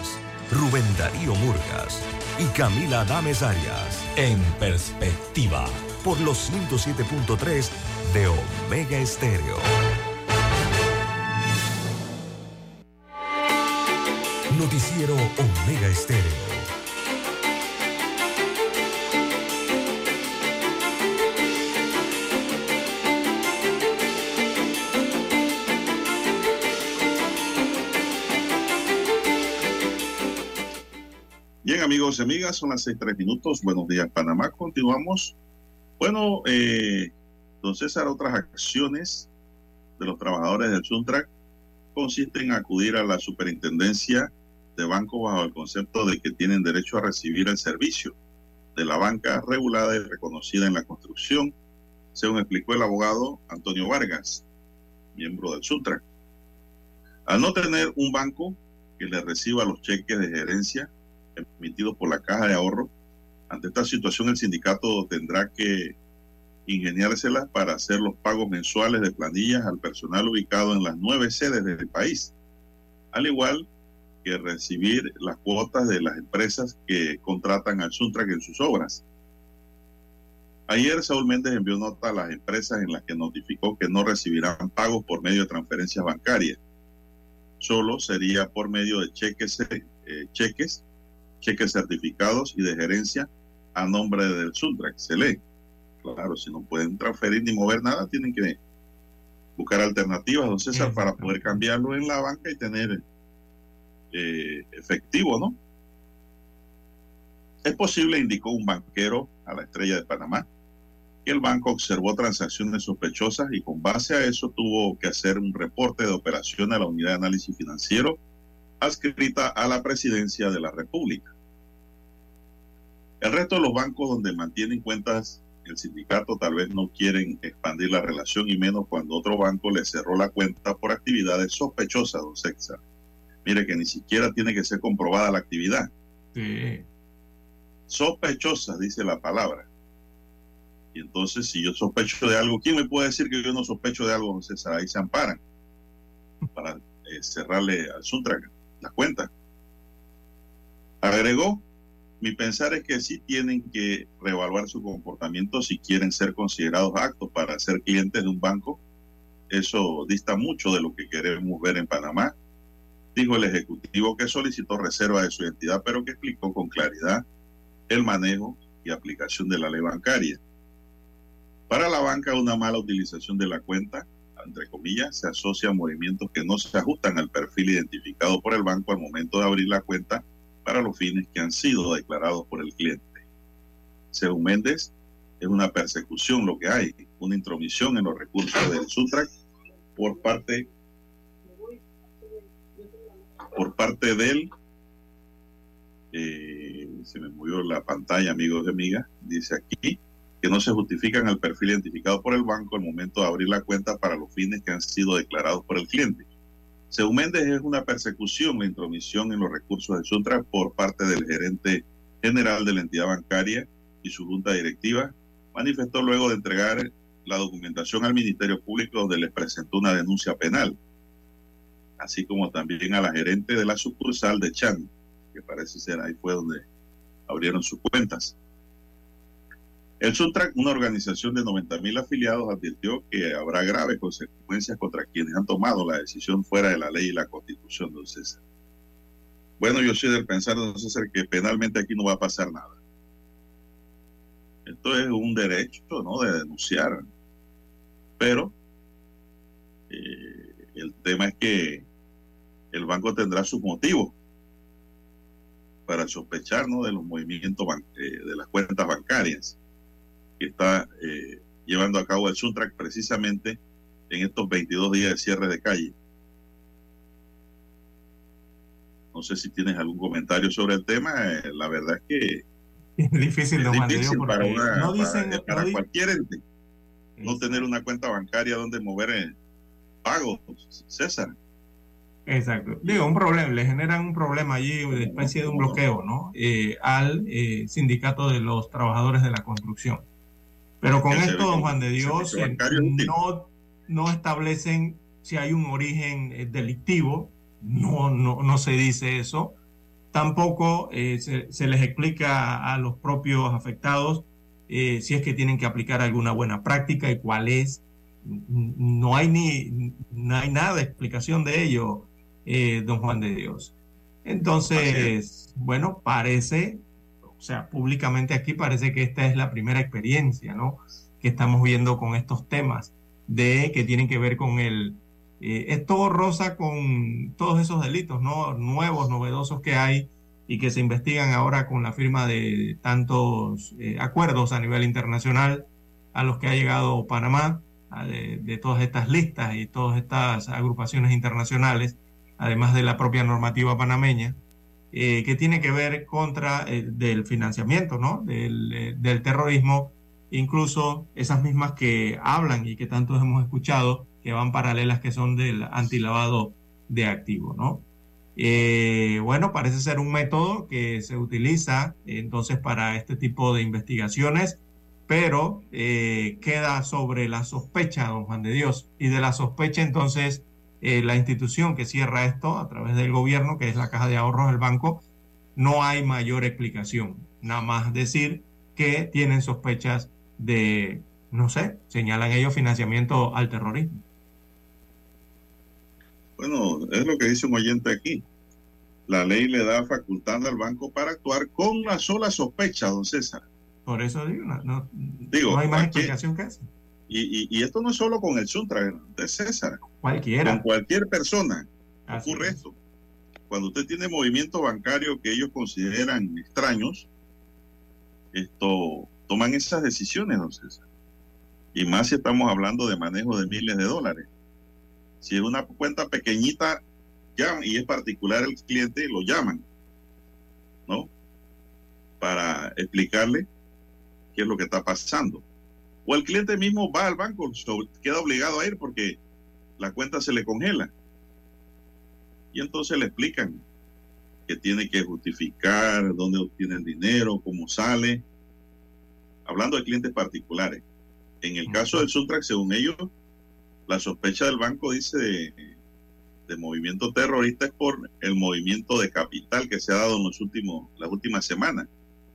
Rubén Darío Murgas y Camila Adames Arias. En Perspectiva. Por los ciento siete punto tres de Omega Estéreo. Noticiero Omega Estéreo. Bien, amigos y amigas, son las seis tres minutos. Buenos días, Panamá. Continuamos. Bueno, eh, don César, otras acciones de los trabajadores del Suntrack consisten en acudir a la superintendencia de banco bajo el concepto de que tienen derecho a recibir el servicio de la banca regulada y reconocida en la construcción, según explicó el abogado Antonio Vargas, miembro del Suntrack. Al no tener un banco que le reciba los cheques de gerencia emitidos por la Caja de Ahorro, ante esta situación el sindicato tendrá que ingeniárselas para hacer los pagos mensuales de planillas al personal ubicado en las nueve sedes del país, al igual que recibir las cuotas de las empresas que contratan al Suntrack en sus obras. Ayer Saúl Méndez envió nota a las empresas en las que notificó que no recibirán pagos por medio de transferencias bancarias. Solo sería por medio de cheques, eh, cheques, cheques certificados y de gerencia a nombre del Suntrack. Se lee. Claro, si no pueden transferir ni mover nada, tienen que buscar alternativas, don César, para poder cambiarlo en la banca y tener eh, efectivo, ¿no? Es posible, indicó un banquero a La Estrella de Panamá, que el banco observó transacciones sospechosas y con base a eso tuvo que hacer un reporte de operación a la Unidad de Análisis Financiero adscrita a la Presidencia de la República. El resto de los bancos donde mantienen cuentas el sindicato tal vez no quieren expandir la relación y menos cuando otro banco le cerró la cuenta por actividades sospechosas, don César. Mire que ni siquiera tiene que ser comprobada la actividad. Sí. Sospechosas, dice la palabra. Y entonces, si yo sospecho de algo, ¿quién me puede decir que yo no sospecho de algo, don César? Ahí se amparan para eh, cerrarle al Suntrack la cuenta. Agregó: mi pensar es que sí tienen que reevaluar su comportamiento si quieren ser considerados aptos para ser clientes de un banco. Eso dista mucho de lo que queremos ver en Panamá, dijo el ejecutivo, que solicitó reserva de su identidad, pero que explicó con claridad el manejo y aplicación de la ley bancaria. Para la banca, una mala utilización de la cuenta, entre comillas, se asocia a movimientos que no se ajustan al perfil identificado por el banco al momento de abrir la cuenta para los fines que han sido declarados por el cliente. Según Méndez, es una persecución lo que hay, una intromisión en los recursos del Suntrack por parte, por parte del, eh, se me movió la pantalla, amigos y amigas, dice aquí, que no se justifican al perfil identificado por el banco al momento de abrir la cuenta para los fines que han sido declarados por el cliente. Según Méndez, es una persecución la intromisión en los recursos del Suntrack por parte del gerente general de la entidad bancaria y su junta directiva, manifestó luego de entregar la documentación al Ministerio Público, donde les presentó una denuncia penal, así como también a la gerente de la sucursal de Chan, que parece ser ahí fue donde abrieron sus cuentas. El Suntrack, una organización de noventa mil afiliados, advirtió que habrá graves consecuencias contra quienes han tomado la decisión fuera de la ley y la Constitución, don César. Bueno, yo soy del pensar, don César, que penalmente aquí no va a pasar nada. Esto es un derecho, ¿no?, de denunciar. Pero eh, el tema es que el banco tendrá sus motivos para sospechar, ¿no?, de los movimientos eh, de las cuentas bancarias que está eh, llevando a cabo el Suntrack precisamente en estos veintidós días de cierre de calle. No sé si tienes algún comentario sobre el tema. Eh, la verdad es que es difícil, es de difícil para, una, no dicen, para, para no cualquier ente Exacto. no tener una cuenta bancaria donde mover eh, pagos, César. Exacto. Digo, un problema, le generan un problema allí, una especie de un bloqueo, ¿no? Eh, al eh, sindicato de los trabajadores de la construcción. Pero con esto, don Juan de Dios, eh, no, no establecen si hay un origen eh, delictivo, no, no, no se dice eso. Tampoco eh, se, se les explica a, a los propios afectados eh, si es que tienen que aplicar alguna buena práctica y cuál es. No hay ni no hay nada de explicación de ello, eh, don Juan de Dios. Entonces, bueno, parece, o sea, públicamente aquí parece que esta es la primera experiencia, ¿no?, que estamos viendo con estos temas de que tienen que ver con el eh, esto roza con todos esos delitos, ¿no?, nuevos, novedosos que hay y que se investigan ahora con la firma de tantos eh, acuerdos a nivel internacional a los que ha llegado Panamá, de, de todas estas listas y todas estas agrupaciones internacionales, además de la propia normativa panameña, eh, que tiene que ver contra eh, del financiamiento, ¿no?, del, eh, del terrorismo, incluso esas mismas que hablan y que tantos hemos escuchado, que van paralelas, que son del antilavado de activos, ¿no? Eh, bueno, parece ser un método que se utiliza eh, entonces para este tipo de investigaciones, pero eh, queda sobre la sospecha, don Juan de Dios, y de la sospecha entonces eh, la institución que cierra esto a través del gobierno, que es la Caja de Ahorros del banco, no hay mayor explicación, nada más decir que tienen sospechas de, no sé, señalan ellos financiamiento al terrorismo. Bueno, es lo que dice un oyente aquí. La ley le da facultad al banco para actuar con la sola sospecha, don César. Por eso digo, no, no, digo, no hay más aquí, explicación que esa. Y, y, y esto no es solo con el Suntra de César. Cualquiera. Con cualquier persona Así ocurre es. esto. Cuando usted tiene movimientos bancarios que ellos consideran extraños, esto toman esas decisiones, don César. Y más si estamos hablando de manejo de miles de dólares. Si es una cuenta pequeñita, llaman, y es particular el cliente, lo llaman, ¿no?, para explicarle qué es lo que está pasando. O el cliente mismo va al banco, queda obligado a ir porque la cuenta se le congela. Y entonces le explican que tiene que justificar dónde obtiene el dinero, cómo sale. Hablando de clientes particulares. En el caso del Suntrax, según ellos, la sospecha del banco dice de, de movimiento terrorista es por el movimiento de capital que se ha dado en los últimos, las últimas semanas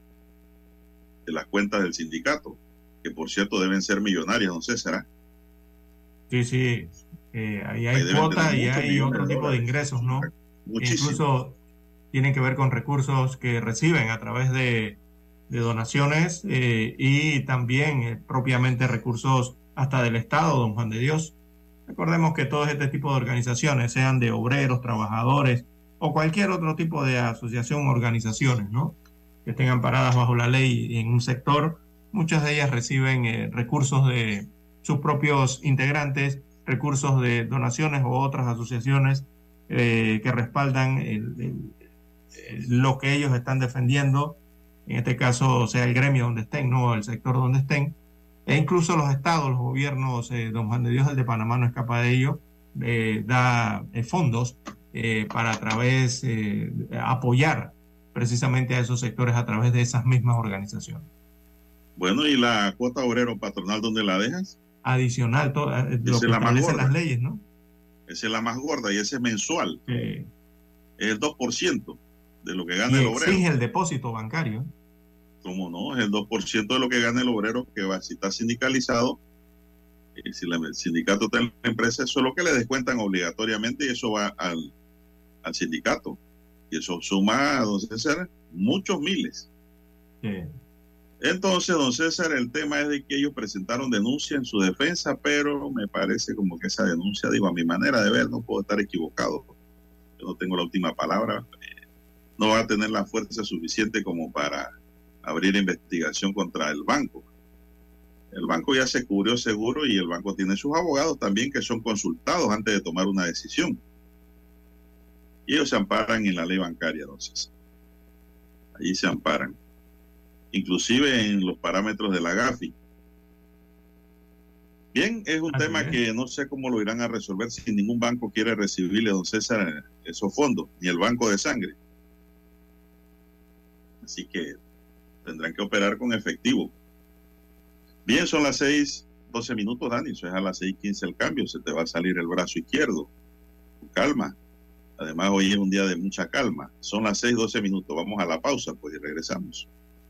de las cuentas del sindicato, que por cierto deben ser millonarias, don César. Sí, sí, eh, ahí hay cuotas y hay otro tipo de ingresos, ¿no? Muchísimo. Incluso tienen que ver con recursos que reciben a través de, de donaciones eh, y también eh, propiamente recursos hasta del Estado, don Juan de Dios. Recordemos que todo este tipo de organizaciones, sean de obreros, trabajadores o cualquier otro tipo de asociación o organizaciones, ¿no?, que estén amparadas bajo la ley en un sector, muchas de ellas reciben eh, recursos de sus propios integrantes, recursos de donaciones u otras asociaciones eh, que respaldan el, el, el, lo que ellos están defendiendo, en este caso sea el gremio donde estén, no el sector donde estén, e incluso los estados, los gobiernos, eh, don Juan de Dios, el de Panamá no escapa de ello, eh, da eh, fondos eh, para a través eh, apoyar precisamente a esos sectores a través de esas mismas organizaciones. Bueno, ¿y la cuota obrero patronal dónde la dejas? Adicional, todo, lo que establecen las leyes, ¿no? Esa es la más gorda y ese es mensual. Sí. Es el dos por ciento de lo que gana y el obrero. exige el depósito bancario. ¿Cómo no? Es el dos por ciento de lo que gana el obrero, que va, si está sindicalizado, eh, si la, el sindicato está en la empresa, eso es lo que le descuentan obligatoriamente y eso va al, al sindicato. Y eso suma, don César, muchos miles. Sí. Entonces, don César, el tema es de que ellos presentaron denuncia en su defensa, pero me parece como que esa denuncia, digo, a mi manera de ver, no puedo estar equivocado. Yo no tengo la última palabra. Eh, no va a tener la fuerza suficiente como para abrir investigación contra el banco. El banco ya se cubrió seguro y el banco tiene sus abogados también que son consultados antes de tomar una decisión. Y ellos se amparan en la ley bancaria, entonces. Allí se amparan. Inclusive en los parámetros de la Gafi. Bien, es un Así tema es. que no sé cómo lo irán a resolver si ningún banco quiere recibirle, don César, esos fondos, ni el banco de sangre. Así que tendrán que operar con efectivo. Bien, son las seis, doce minutos, Dani. Eso es a las seis quince el cambio. Se te va a salir el brazo izquierdo. Calma. Además, hoy es un día de mucha calma. Son las seis doce minutos. Vamos a la pausa, pues, y regresamos.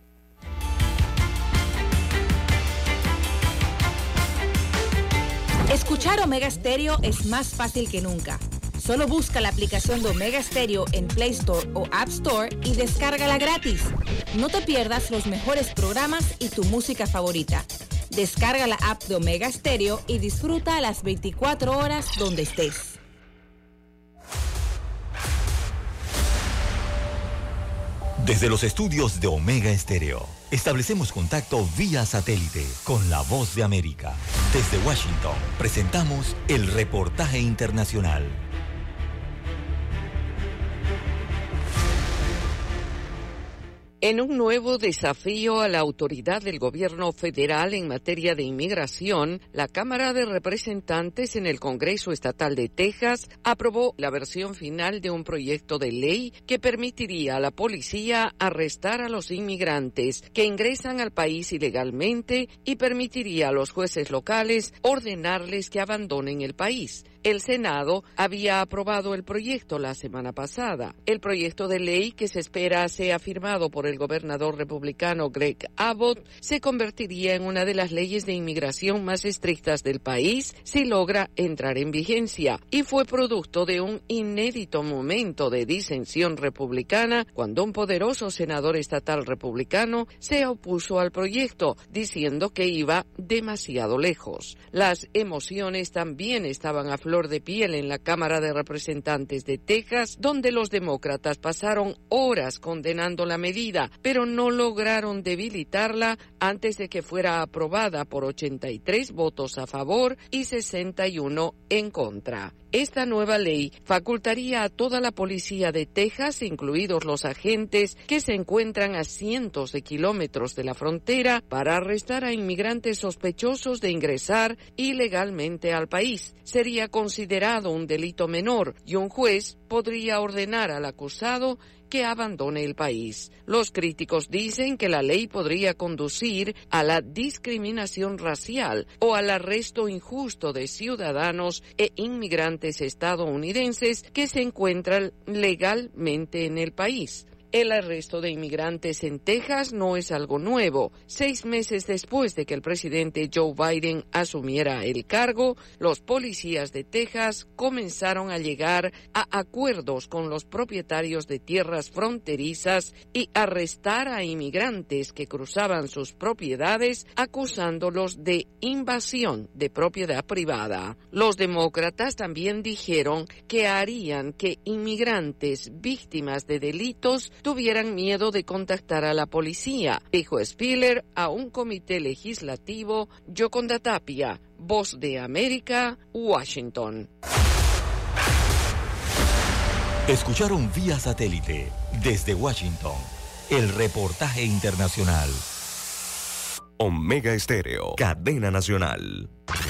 Escuchar Omega Stereo es más fácil que nunca. Solo busca la aplicación de Omega Stereo en Play Store o App Store y descárgala gratis. No te pierdas los mejores programas y tu música favorita. Descarga la app de Omega Stereo y disfruta las veinticuatro horas donde estés. Desde los estudios de Omega Estéreo, establecemos contacto vía satélite con la Voz de América. Desde Washington, presentamos el reportaje internacional. En un nuevo desafío a la autoridad del gobierno federal en materia de inmigración, la Cámara de Representantes en el Congreso Estatal de Texas aprobó la versión final de un proyecto de ley que permitiría a la policía arrestar a los inmigrantes que ingresan al país ilegalmente y permitiría a los jueces locales ordenarles que abandonen el país. El Senado había aprobado el proyecto la semana pasada. El proyecto de ley, que se espera sea firmado por el gobernador republicano Greg Abbott, se convertiría en una de las leyes de inmigración más estrictas del país si logra entrar en vigencia, y fue producto de un inédito momento de disensión republicana cuando un poderoso senador estatal republicano se opuso al proyecto, diciendo que iba demasiado lejos. Las emociones también estaban a flor de piel en la Cámara de Representantes de Texas, donde los demócratas pasaron horas condenando la medida, pero no lograron debilitarla antes de que fuera aprobada por ochenta y tres votos a favor y sesenta y uno en contra. Esta nueva ley facultaría a toda la policía de Texas, incluidos los agentes que se encuentran a cientos de kilómetros de la frontera, para arrestar a inmigrantes sospechosos de ingresar ilegalmente al país. Sería considerado un delito menor y un juez podría ordenar al acusado que abandone el país. Los críticos dicen que la ley podría conducir a la discriminación racial o al arresto injusto de ciudadanos e inmigrantes estadounidenses que se encuentran legalmente en el país. El arresto de inmigrantes en Texas no es algo nuevo. Seis meses después de que el presidente Joe Biden asumiera el cargo, los policías de Texas comenzaron a llegar a acuerdos con los propietarios de tierras fronterizas y arrestar a inmigrantes que cruzaban sus propiedades, acusándolos de invasión de propiedad privada. Los demócratas también dijeron que harían que inmigrantes víctimas de delitos tuvieran miedo de contactar a la policía, dijo Spiller a un comité legislativo. Yoconda Tapia, Voz de América, Washington. Escucharon vía satélite desde Washington el reportaje internacional. Omega Estéreo, cadena nacional.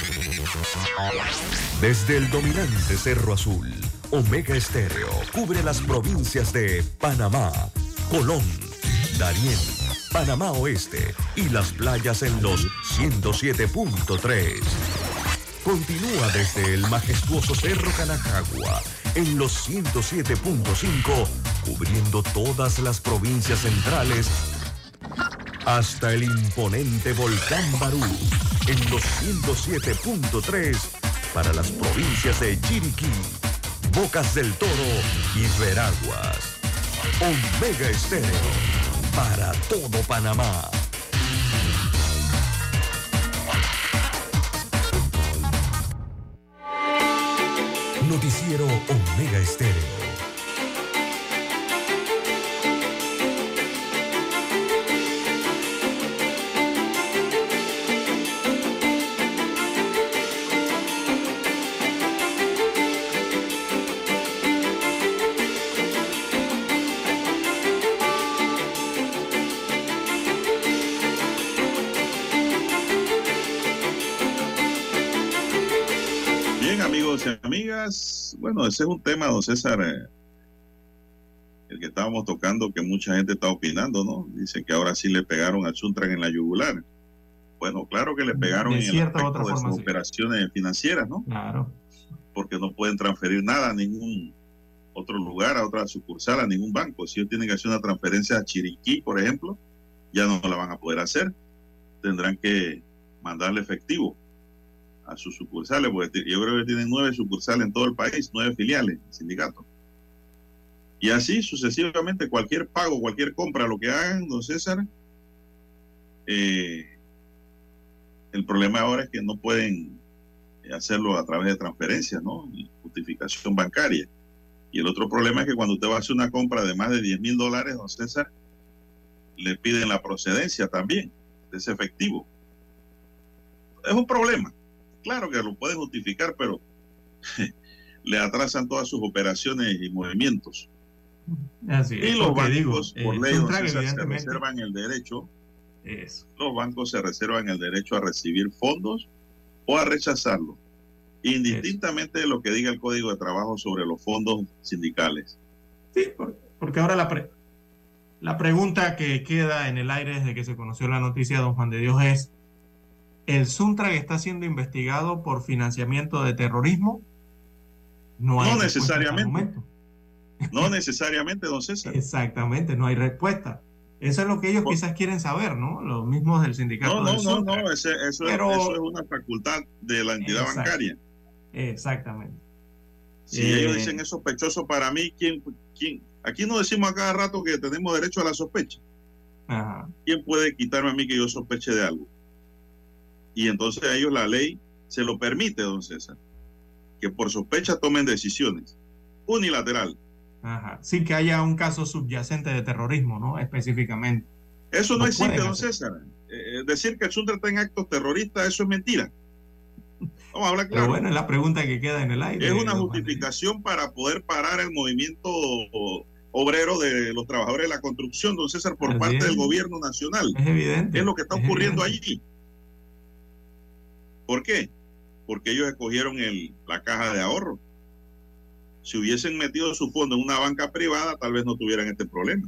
Desde el dominante Cerro Azul, Omega Estéreo cubre las provincias de Panamá, Colón, Darién, Panamá Oeste y las playas en los ciento siete punto tres. Continúa desde el majestuoso Cerro Canajagua en los ciento siete punto cinco, cubriendo todas las provincias centrales, hasta el imponente Volcán Barú en los ciento siete punto tres para las provincias de Chiriquí, Bocas del Toro y Veraguas. Omega Estéreo, para todo Panamá. Noticiero Omega Estéreo. Amigas, bueno, ese es un tema, don César, eh, el que estábamos tocando, que mucha gente está opinando, ¿no? Dicen que ahora sí le pegaron a Chuntran en la yugular. Bueno, claro que le pegaron de en el aspecto otra de sus forma, operaciones financieras, ¿no? Claro. Porque no pueden transferir nada a ningún otro lugar, a otra sucursal, a ningún banco. Si ellos tienen que hacer una transferencia a Chiriquí, por ejemplo, ya no la van a poder hacer. Tendrán que mandarle efectivo a sus sucursales, porque yo creo que tienen nueve sucursales en todo el país, nueve filiales, sindicatos. Y así sucesivamente, cualquier pago, cualquier compra, lo que hagan, don César, eh, el problema ahora es que no pueden hacerlo a través de transferencias, ¿no? Y justificación bancaria. Y el otro problema es que cuando usted va a hacer una compra de más de diez mil dólares, don César, le piden la procedencia también de ese efectivo. Es un problema. Claro que lo pueden justificar, pero le atrasan todas sus operaciones y movimientos. Así es, y los bancos, digo, por eh, ley, don Suntrack, César, se reservan el derecho, eso. los bancos se reservan el derecho a recibir fondos o a rechazarlos, indistintamente eso. de lo que diga el Código de Trabajo sobre los fondos sindicales. Sí, porque ahora la, pre la pregunta que queda en el aire desde que se conoció la noticia, don Juan de Dios, es: ¿el Suntrack está siendo investigado por financiamiento de terrorismo? No, hay no necesariamente. No necesariamente, don César. Exactamente, no hay respuesta. Eso es lo que ellos por... quizás quieren saber, ¿no? Los mismos del sindicato. No, no, del no, Suntrack. no, ese, eso, Pero... es, eso es una facultad de la entidad Exacto. bancaria. Exactamente. Si eh... ellos dicen es sospechoso para mí, ¿quién, quién? Aquí no decimos a cada rato que tenemos derecho a la sospecha. Ajá. ¿Quién puede quitarme a mí que yo sospeche de algo? Y entonces a ellos la ley se lo permite, don César, que por sospecha tomen decisiones unilateral. Ajá. Sin que haya un caso subyacente de terrorismo, ¿no? Específicamente. Eso no, no existe, don César. Eh, decir que el Suntrack está en actos terroristas, eso es mentira. Vamos a hablar claro. Pero bueno, es la pregunta que queda en el aire. Es una justificación para poder parar el movimiento obrero de los trabajadores de la construcción, don César, por Así parte es. del gobierno nacional. Es evidente. Es lo que está ocurriendo allí. ¿Por qué? Porque ellos escogieron el, la caja de ahorro. Si hubiesen metido su fondo en una banca privada, tal vez no tuvieran este problema.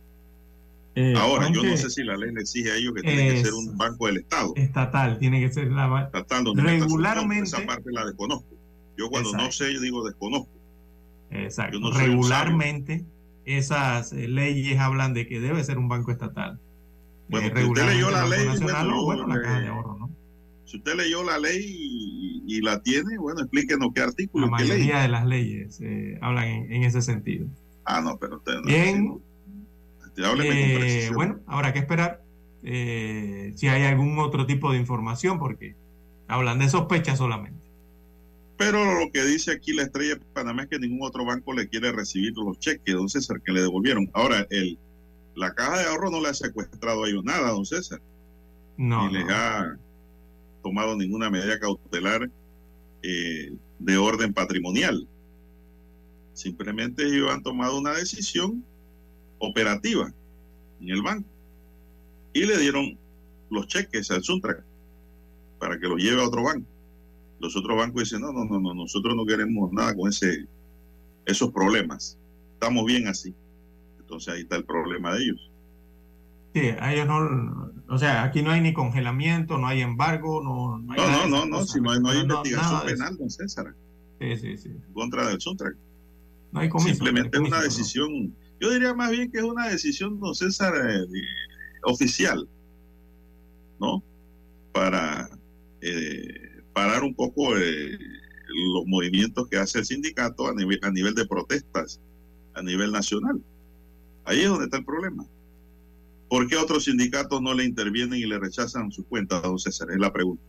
Eh, Ahora, aunque, yo no sé si la ley le exige a ellos que tiene que ser un banco del Estado. Estatal, tiene que ser la estatal. Donde regularmente. Esa parte la desconozco. Yo cuando Exacto. no sé, yo digo desconozco. Exacto. No regularmente, esas eh, leyes hablan de que debe ser un banco estatal. Bueno, eh, si usted leyó la ley, nacional, bueno, o, bueno, la eh, caja de ahorro, ¿no? Si usted leyó la ley y, y la tiene, bueno, explíquenos qué artículo. La qué mayoría ley. de las leyes eh, hablan en, en ese sentido. Ah, no, pero usted no. Bien. Usted hábleme eh, con precisión. Bueno, habrá que esperar eh, si hay algún otro tipo de información, porque hablan de sospechas solamente. Pero lo que dice aquí la Estrella de Panamá es que ningún otro banco le quiere recibir los cheques, don César, que le devolvieron. Ahora, el, la caja de ahorro no le ha secuestrado a ellos nada, don César. No. Ni no. les ha tomado ninguna medida cautelar eh, de orden patrimonial. Simplemente ellos han tomado una decisión operativa en el banco y le dieron los cheques al Suntrack para que los lleve a otro banco. Los otros bancos dicen, no, no, no, no, nosotros no queremos nada con ese, esos problemas. Estamos bien así. Entonces ahí está el problema de ellos. Sí, a ellos no, o sea, aquí no hay ni congelamiento, no hay embargo, no, no hay No, nada no, no, no, si no hay, no hay no, investigación no, penal, don César. Sí, sí, sí. En contra del Suntrack. No hay comiso, Simplemente no hay comiso, es una decisión, no. Yo diría más bien que es una decisión, don César, eh, oficial, ¿no? Para eh, parar un poco eh, los movimientos que hace el sindicato a nivel, a nivel de protestas, a nivel nacional. Ahí es donde está el problema. ¿Por qué otros sindicatos no le intervienen y le rechazan su cuenta, don César? Es la pregunta.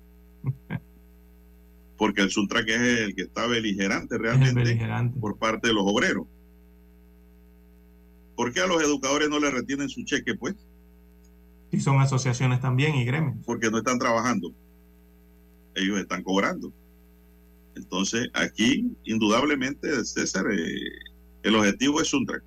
Porque el Suntrack es el que está beligerante realmente beligerante. por parte de los obreros. ¿Por qué a los educadores no le retienen su cheque, pues? Y son asociaciones también y gremios. Porque no están trabajando. Ellos están cobrando. Entonces, aquí, indudablemente, César, eh, el objetivo es Suntrack.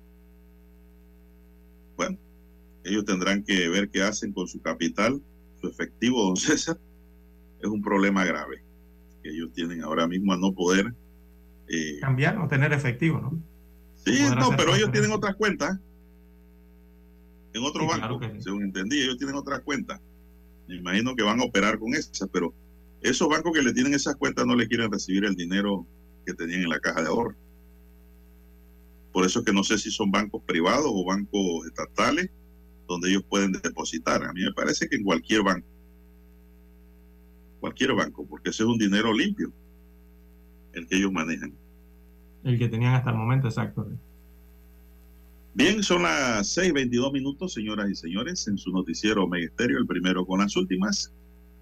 Bueno, ellos tendrán que ver qué hacen con su capital, su efectivo, don César. Es un problema grave que ellos tienen ahora mismo a no poder eh, cambiar o tener efectivo, ¿no? Sí, no, pero ellos tienen otras cuentas en otro sí, banco, claro sí. Según entendí, ellos tienen otras cuentas. Me imagino que van a operar con esas, pero esos bancos que le tienen esas cuentas no le quieren recibir el dinero que tenían en la caja de ahorro. Por eso es que no sé si son bancos privados o bancos estatales donde ellos pueden depositar. A mí me parece que en cualquier banco. Cualquier banco, porque ese es un dinero limpio el que ellos manejan. El que tenían hasta el momento, exacto. Bien, son las seis veintidós minutos, señoras y señores, en su noticiero Omega Estéreo, el primero con las últimas.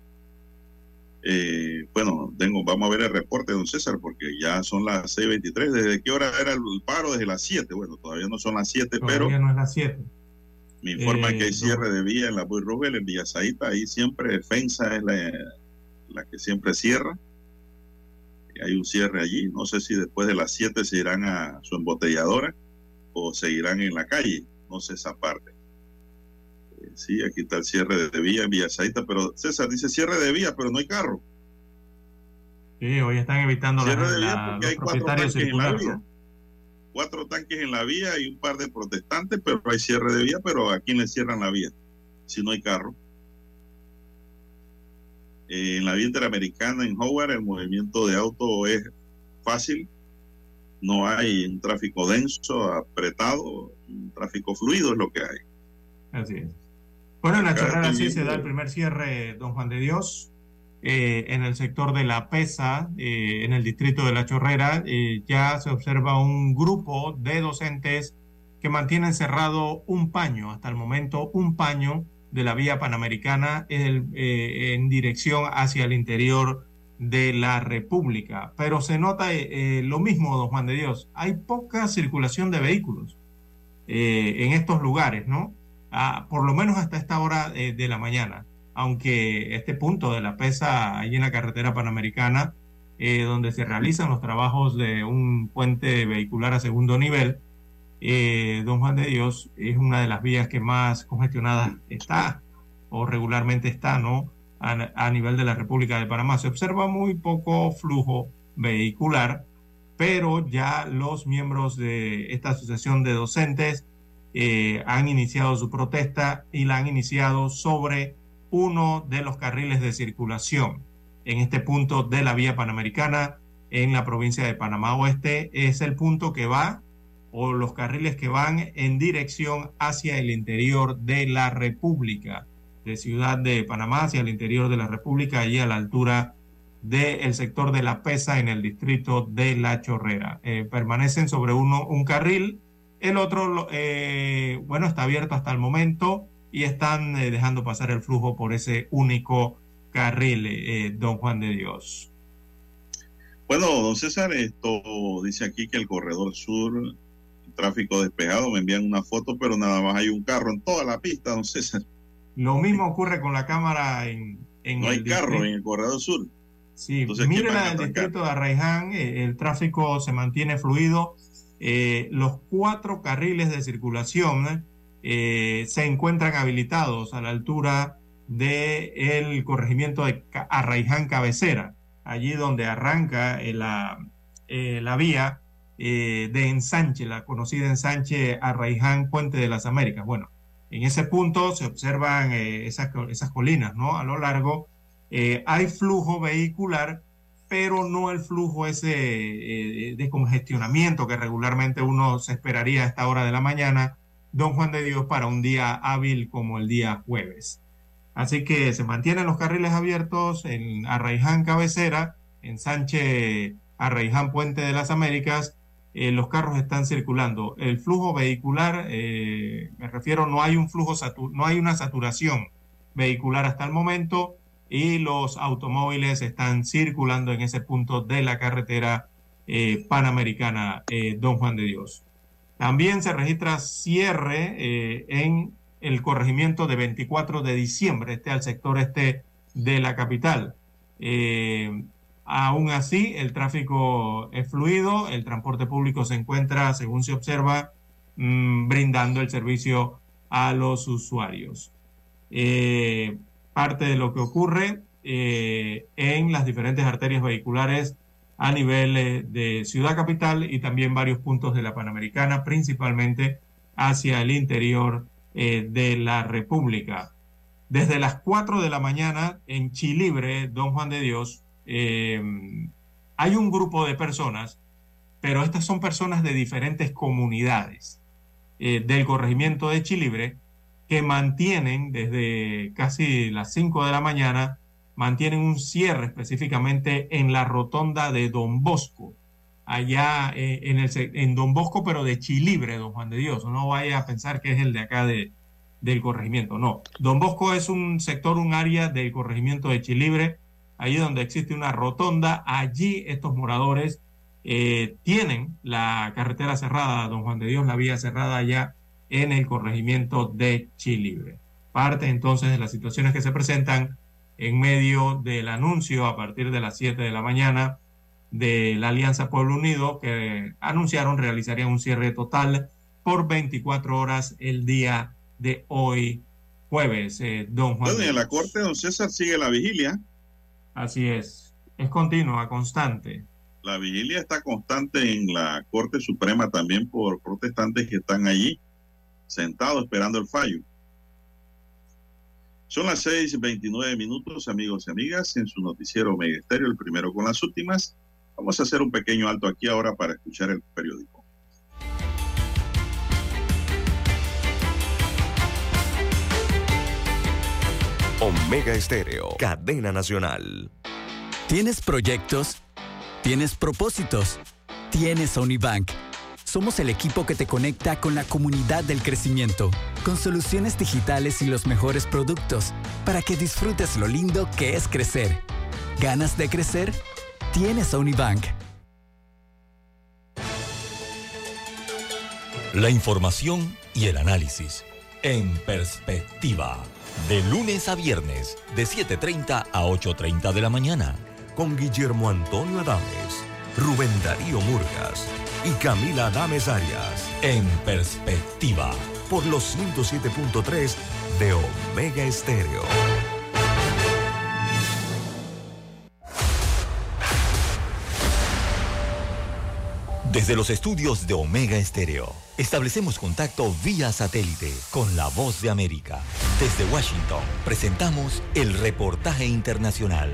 Eh, bueno, tengo, vamos a ver el reporte, don César, porque ya son las seis veintitrés. ¿Desde qué hora era el paro? Desde las siete. Bueno, todavía no son las siete, pero... Todavía no es las siete. Me informa Eh, que hay cierre no. de vía en la Boy Rubel, en Villasaita. Ahí siempre FENSA es la, la que siempre cierra. Hay un cierre allí. No sé si después de las siete se irán a su embotelladora o seguirán en la calle. No sé esa parte. Eh, sí, aquí está el cierre de, de vía en Villasaita, pero César dice cierre de vía, pero no hay carro. Sí, hoy están evitando la, Cierre de vía la, porque los hay cuatro propietarios tanques en la circular, vía. ¿no? Cuatro tanques en la vía y un par de protestantes, pero hay cierre de vía. Pero ¿a quién le cierran la vía si no hay carro? Eh, en la vía interamericana en Howard el movimiento de auto es fácil, no hay un tráfico denso, apretado, un tráfico fluido es lo que hay. Así es. Bueno, en la Acá Chorrera estoy sí se viendo- da el primer cierre, don Juan de Dios. Eh, en el sector de La Pesa, eh, en el distrito de La Chorrera, eh, ya se observa un grupo de docentes que mantienen cerrado un paño, hasta el momento un paño de la vía panamericana el, eh, en dirección hacia el interior de la República. Pero se nota eh, lo mismo, don Juan de Dios, hay poca circulación de vehículos eh, en estos lugares, ¿no? Ah, por lo menos hasta esta hora eh, de la mañana, aunque este punto de La Pesa, allí en la carretera panamericana, eh, donde se realizan los trabajos de un puente vehicular a segundo nivel, eh, don Juan de Dios, es una de las vías que más congestionada está, o regularmente está, ¿no? A, a nivel de la República de Panamá. Se observa muy poco flujo vehicular, pero ya los miembros de esta asociación de docentes eh, han iniciado su protesta y la han iniciado sobre uno de los carriles de circulación en este punto de la vía panamericana en la provincia de Panamá Oeste. Es el punto que va, o los carriles que van en dirección hacia el interior de la República, de Ciudad de Panamá hacia el interior de la República, allí a la altura del sector de La Pesa en el distrito de La Chorrera. Eh, permanecen sobre uno un carril, el otro, eh, bueno, está abierto hasta el momento y están eh, dejando pasar el flujo por ese único carril, eh, don Juan de Dios. Bueno, don César, esto dice aquí que el corredor sur, tráfico despejado, me envían una foto, pero nada más hay un carro en toda la pista, don César. Lo mismo ocurre con la cámara en, en No hay el carro distrito. en el corredor sur. Sí, Entonces, mire ¿quién van a la del atracar? distrito de Arraiján, eh, el tráfico se mantiene fluido. Eh, los cuatro carriles de circulación eh, se encuentran habilitados a la altura del corregimiento de Ca- Arraiján Cabecera, allí donde arranca eh, la, eh, la vía eh, de ensanche, la conocida ensanche Arraiján Puente de las Américas. Bueno, en ese punto se observan eh, esas, esas colinas, ¿no? A lo largo eh, hay flujo vehicular, pero no el flujo ese eh, de congestionamiento que regularmente uno se esperaría a esta hora de la mañana, don Juan de Dios, para un día hábil como el día jueves. Así que se mantienen los carriles abiertos en Arraiján Cabecera, en Sánchez Arraiján Puente de las Américas. Eh, los carros están circulando. El flujo vehicular, eh, me refiero, no hay un flujo, no hay una saturación vehicular hasta el momento, y los automóviles están circulando en ese punto de la carretera eh, panamericana, eh, don Juan de Dios. También se registra cierre eh, en el corregimiento de veinticuatro de diciembre, este al sector este de la capital. Eh, aún así, el tráfico es fluido, el transporte público se encuentra, según se observa, mmm, brindando el servicio a los usuarios. Eh, parte de lo que ocurre eh, en las diferentes arterias vehiculares a nivel eh, de Ciudad Capital y también varios puntos de la Panamericana, principalmente hacia el interior eh, de la República. Desde las cuatro de la mañana en Chilibre, don Juan de Dios, eh, hay un grupo de personas pero estas son personas de diferentes comunidades eh, del corregimiento de Chilibre que mantienen desde casi las cinco de la mañana, mantienen un cierre específicamente en la rotonda de Don Bosco, allá eh, en, el, en Don Bosco, pero de Chilibre, don Juan de Dios. No vaya a pensar que es el de acá de, del corregimiento, no. Don Bosco es un sector, un área del corregimiento de Chilibre, allí donde existe una rotonda. Allí estos moradores eh, tienen la carretera cerrada, don Juan de Dios, la vía cerrada allá en el corregimiento de Chilibre. Parte entonces de las situaciones que se presentan en medio del anuncio a partir de las siete de la mañana de la Alianza Pueblo Unido, que anunciaron realizarían un cierre total por veinticuatro horas el día de hoy, jueves. Eh, don Juan. Bueno, y en la Corte, don César, sigue la vigilia. Así es, es continua, constante. La vigilia está constante en la Corte Suprema también por protestantes que están allí sentados esperando el fallo. Son las seis veintinueve minutos, amigos y amigas, en su noticiero Omega Estéreo, el primero con las últimas. Vamos a hacer un pequeño alto aquí ahora para escuchar el periódico. Omega Estéreo, cadena nacional. ¿Tienes proyectos? ¿Tienes propósitos? Tienes Unibank. Somos el equipo que te conecta con la comunidad del crecimiento, con soluciones digitales y los mejores productos, para que disfrutes lo lindo que es crecer. ¿Ganas de crecer? Tienes Unibank. La información y el análisis en perspectiva. De lunes a viernes, de siete y media a ocho y media de la mañana. Con Guillermo Antonio Adames, Rubén Darío Murgas y Camila Adames Arias. En perspectiva. Por los ciento siete punto tres de Omega Estéreo. Desde los estudios de Omega Estéreo, establecemos contacto vía satélite con la Voz de América. Desde Washington, presentamos el reportaje internacional.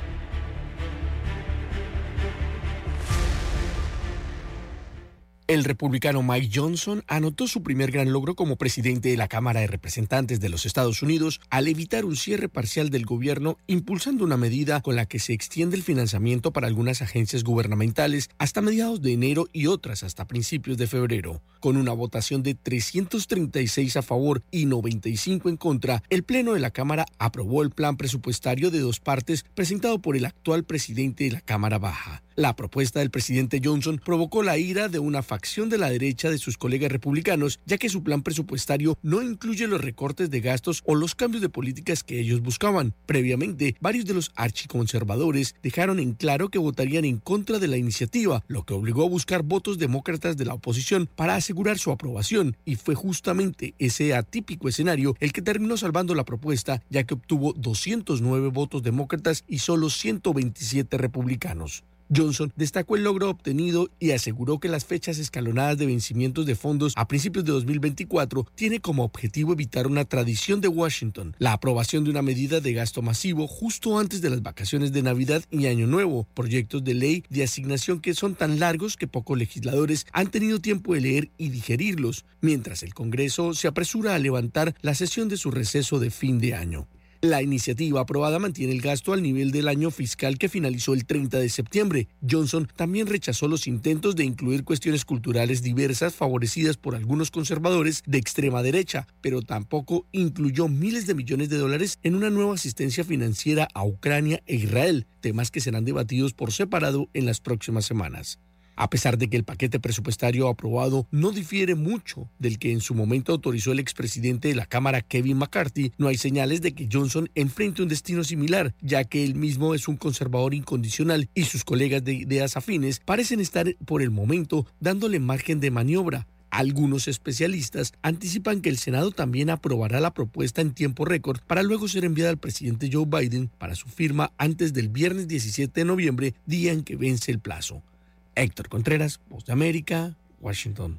El republicano Mike Johnson anotó su primer gran logro como presidente de la Cámara de Representantes de los Estados Unidos al evitar un cierre parcial del gobierno, impulsando una medida con la que se extiende el financiamiento para algunas agencias gubernamentales hasta mediados de enero y otras hasta principios de febrero. Con una votación de trescientos treinta y seis a favor y noventa y cinco en contra, el Pleno de la Cámara aprobó el plan presupuestario de dos partes presentado por el actual presidente de la Cámara Baja. La propuesta del presidente Johnson provocó la ira de una facción de la derecha de sus colegas republicanos, ya que su plan presupuestario no incluye los recortes de gastos o los cambios de políticas que ellos buscaban. Previamente, varios de los archiconservadores dejaron en claro que votarían en contra de la iniciativa, lo que obligó a buscar votos demócratas de la oposición para asegurar su aprobación, y fue justamente ese atípico escenario el que terminó salvando la propuesta, ya que obtuvo doscientos nueve votos demócratas y solo ciento veintisiete republicanos. Johnson destacó el logro obtenido y aseguró que las fechas escalonadas de vencimientos de fondos a principios de dos mil veinticuatro tiene como objetivo evitar una tradición de Washington, la aprobación de una medida de gasto masivo justo antes de las vacaciones de Navidad y Año Nuevo, proyectos de ley de asignación que son tan largos que pocos legisladores han tenido tiempo de leer y digerirlos, mientras el Congreso se apresura a levantar la sesión de su receso de fin de año. La iniciativa aprobada mantiene el gasto al nivel del año fiscal que finalizó el treinta de septiembre. Johnson también rechazó los intentos de incluir cuestiones culturales diversas favorecidas por algunos conservadores de extrema derecha, pero tampoco incluyó miles de millones de dólares en una nueva asistencia financiera a Ucrania e Israel, temas que serán debatidos por separado en las próximas semanas. A pesar de que el paquete presupuestario aprobado no difiere mucho del que en su momento autorizó el expresidente de la Cámara, Kevin McCarthy, no hay señales de que Johnson enfrente un destino similar, ya que él mismo es un conservador incondicional y sus colegas de ideas afines parecen estar por el momento dándole margen de maniobra. Algunos especialistas anticipan que el Senado también aprobará la propuesta en tiempo récord para luego ser enviada al presidente Joe Biden para su firma antes del viernes diecisiete de noviembre, día en que vence el plazo. Héctor Contreras, Voz de América, Washington.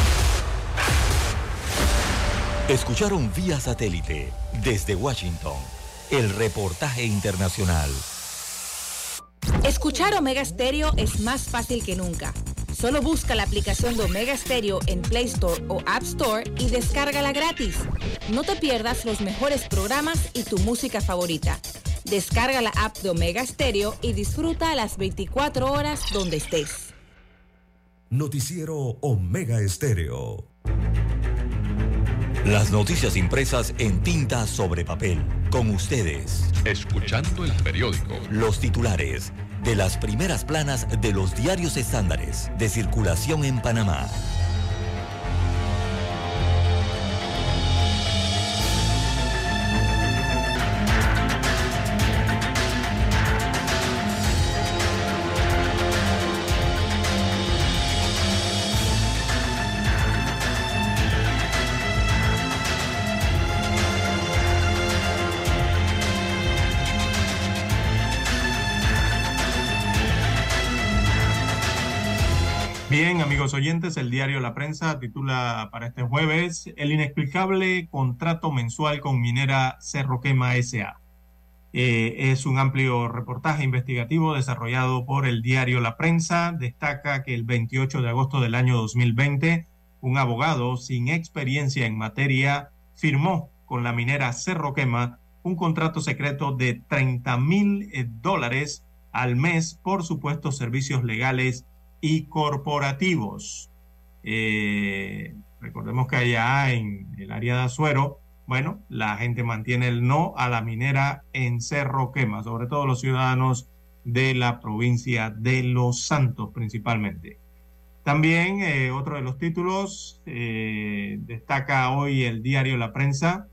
Escucharon vía satélite desde Washington el reportaje internacional. Escuchar Omega Estéreo es más fácil que nunca. Solo busca la aplicación de Omega Stereo en Play Store o App Store y descárgala gratis. No te pierdas los mejores programas y tu música favorita. Descarga la app de Omega Stereo y disfruta a las veinticuatro horas donde estés. Noticiero Omega Stereo. Las noticias impresas en tinta sobre papel. Con ustedes. Escuchando el periódico. Los titulares de las primeras planas de los diarios estándares de circulación en Panamá. Bien, amigos oyentes, el diario La Prensa titula para este jueves: el inexplicable contrato mensual con minera Cerro Quema S A Eh, es un amplio reportaje investigativo desarrollado por el diario La Prensa. Destaca que el veintiocho de agosto del año dos mil veinte, un abogado sin experiencia en materia firmó con la minera Cerro Quema un contrato secreto de treinta mil dólares al mes por supuestos servicios legales y corporativos. Eh, recordemos que allá en el área de Azuero, bueno, la gente mantiene el no a la minera en Cerro Quema, sobre todo los ciudadanos de la provincia de Los Santos principalmente. También eh, otro de los títulos, eh, destaca hoy el diario La Prensa: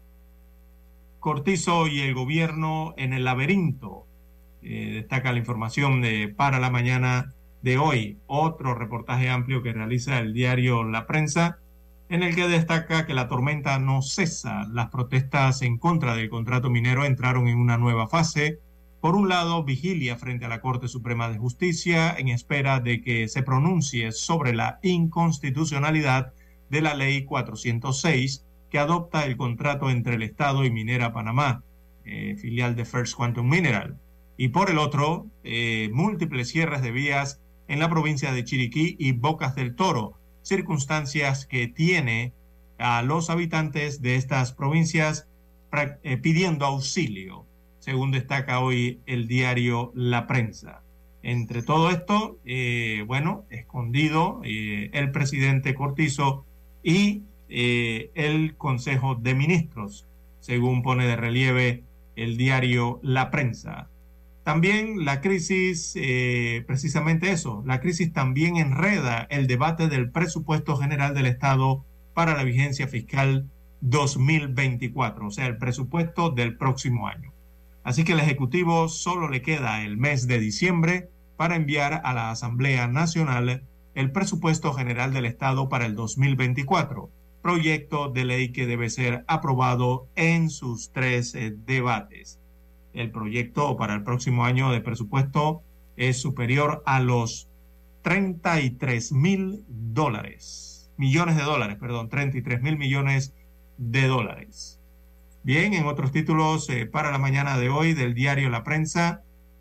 Cortizo y el gobierno en el laberinto. Eh, destaca la información de para la mañana de hoy, otro reportaje amplio que realiza el diario La Prensa, en el que destaca que la tormenta no cesa. Las protestas en contra del contrato minero entraron en una nueva fase. Por un lado, vigilia frente a la Corte Suprema de Justicia en espera de que se pronuncie sobre la inconstitucionalidad de la Ley cuatrocientos seis, que adopta el contrato entre el Estado y Minera Panamá, eh, filial de First Quantum Mineral. Y por el otro, eh, múltiples cierres de vías en la provincia de Chiriquí y Bocas del Toro, circunstancias que tiene a los habitantes de estas provincias eh, pidiendo auxilio, según destaca hoy el diario La Prensa. Entre todo esto, eh, bueno, escondido eh, el presidente Cortizo y eh, el Consejo de Ministros, según pone de relieve el diario La Prensa. También la crisis, eh, precisamente eso, la crisis también enreda el debate del presupuesto general del Estado para la vigencia fiscal dos mil veinticuatro, o sea, el presupuesto del próximo año. Así que al Ejecutivo solo le queda el mes de diciembre para enviar a la Asamblea Nacional el presupuesto general del Estado para el dos mil veinticuatro, proyecto de ley que debe ser aprobado en sus tres eh, debates. El proyecto para el próximo año de presupuesto es superior a los treinta y tres mil dólares, millones de dólares, perdón, treinta y tres mil millones de dólares. Bien, en otros títulos eh, para la mañana de hoy del diario La Prensa,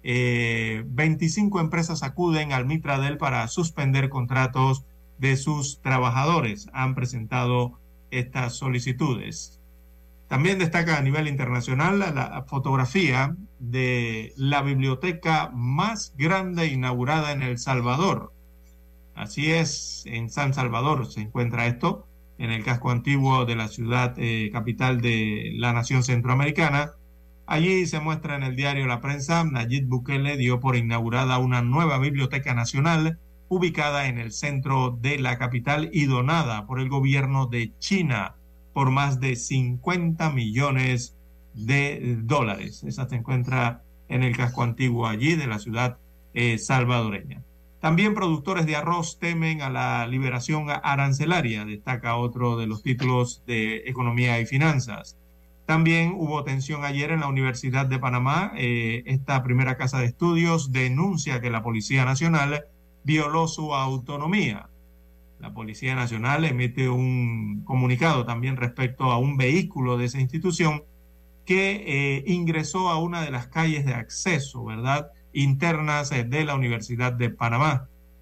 eh, veinticinco empresas acuden al Mitradel para suspender contratos de sus trabajadores. Han presentado estas solicitudes. También destaca a nivel internacional la, la fotografía de la biblioteca más grande inaugurada en El Salvador. Así es, en San Salvador se encuentra esto, en el casco antiguo de la ciudad eh, capital de la nación centroamericana. Allí se muestra en el diario La Prensa: Nayib Bukele dio por inaugurada una nueva biblioteca nacional ubicada en el centro de la capital y donada por el gobierno de China por más de cincuenta millones de dólares. Esa se encuentra en el casco antiguo allí de la ciudad eh, salvadoreña. También productores de arroz temen a la liberación arancelaria, destaca otro de los títulos de Economía y Finanzas. También hubo tensión ayer en la Universidad de Panamá. Eh, esta primera casa de estudios denuncia que la Policía Nacional violó su autonomía. La Policía Nacional emite un comunicado también respecto a un vehículo de esa institución que eh, ingresó a una de las calles de acceso, ¿verdad?, internas eh, de la Universidad de Panamá.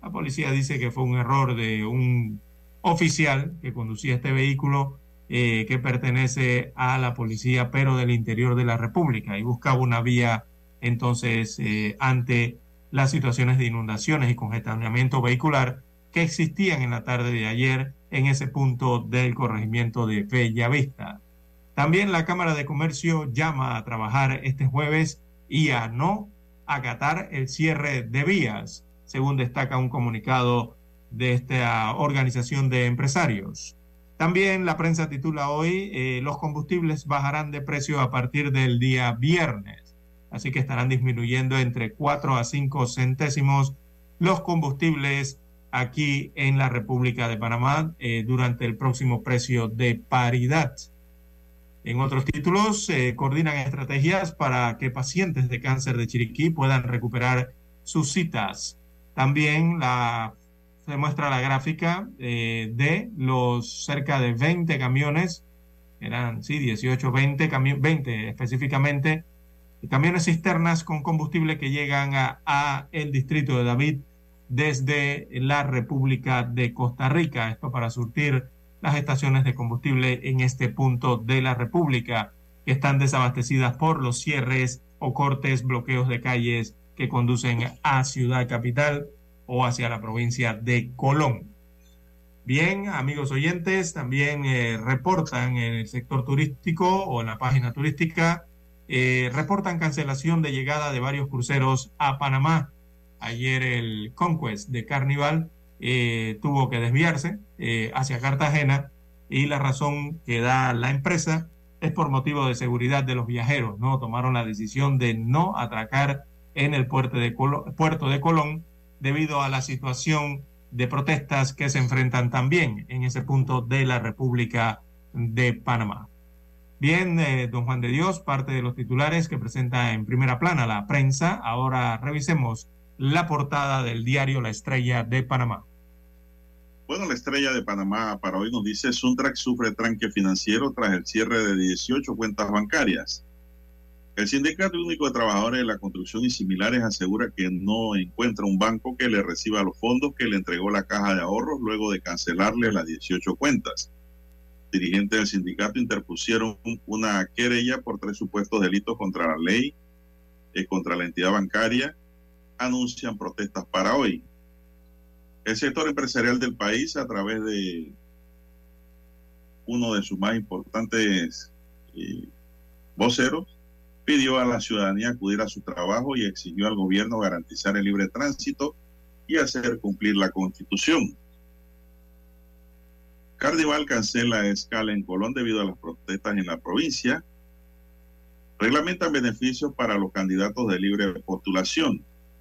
La policía dice que fue un error de un oficial que conducía este vehículo eh, que pertenece a la policía, pero del interior de la República, y buscaba una vía entonces eh, ante las situaciones de inundaciones y congestionamiento vehicular que existían en la tarde de ayer en ese punto del corregimiento de Bellavista. También la Cámara de Comercio llama a trabajar este jueves y a no acatar el cierre de vías, según destaca un comunicado de esta organización de empresarios. También la prensa titula hoy, eh, los combustibles bajarán de precio a partir del día viernes, así que estarán disminuyendo entre cuatro a cinco centésimos los combustibles aquí en la República de Panamá eh, durante el próximo precio de paridad. En otros títulos, eh, coordinan estrategias para que pacientes de cáncer de Chiriquí puedan recuperar sus citas. También la, se muestra la gráfica eh, de los cerca de veinte camiones, eran, sí, dieciocho, veinte, cami- veinte específicamente, camiones cisternas con combustible que llegan a, a el distrito de David desde la República de Costa Rica. Esto para surtir las estaciones de combustible en este punto de la República, que están desabastecidas por los cierres o cortes, bloqueos de calles que conducen a Ciudad Capital o hacia la provincia de Colón. Bien, amigos oyentes, también eh, reportan en el sector turístico o en la página turística, eh, reportan cancelación de llegada de varios cruceros a Panamá. Ayer el Conquest de Carnival eh, tuvo que desviarse eh, hacia Cartagena, y la razón que da la empresa es por motivo de seguridad de los viajeros, ¿no? Tomaron la decisión de no atracar en el puerto de Colón, puerto de Colón debido a la situación de protestas que se enfrentan también en ese punto de la República de Panamá. Bien, eh, don Juan de Dios, parte de los titulares que presenta en primera plana la prensa. Ahora revisemos la portada del diario La Estrella de Panamá. Bueno, La Estrella de Panamá para hoy nos dice: Suntrax sufre tranque financiero tras el cierre de dieciocho cuentas bancarias. El Sindicato Único de Trabajadores de la Construcción y similares asegura que no encuentra un banco que le reciba los fondos que le entregó la Caja de Ahorros luego de cancelarle las dieciocho cuentas. Dirigentes del sindicato interpusieron una querella por tres supuestos delitos contra la ley, eh, contra la entidad bancaria. Anuncian protestas para hoy. El sector empresarial del país, a través de uno de sus más importantes eh, voceros, pidió a la ciudadanía acudir a su trabajo y exigió al gobierno garantizar el libre tránsito y hacer cumplir la Constitución. Carnival cancela escala en Colón debido a las protestas en la provincia. Reglamentan beneficios para los candidatos de libre postulación.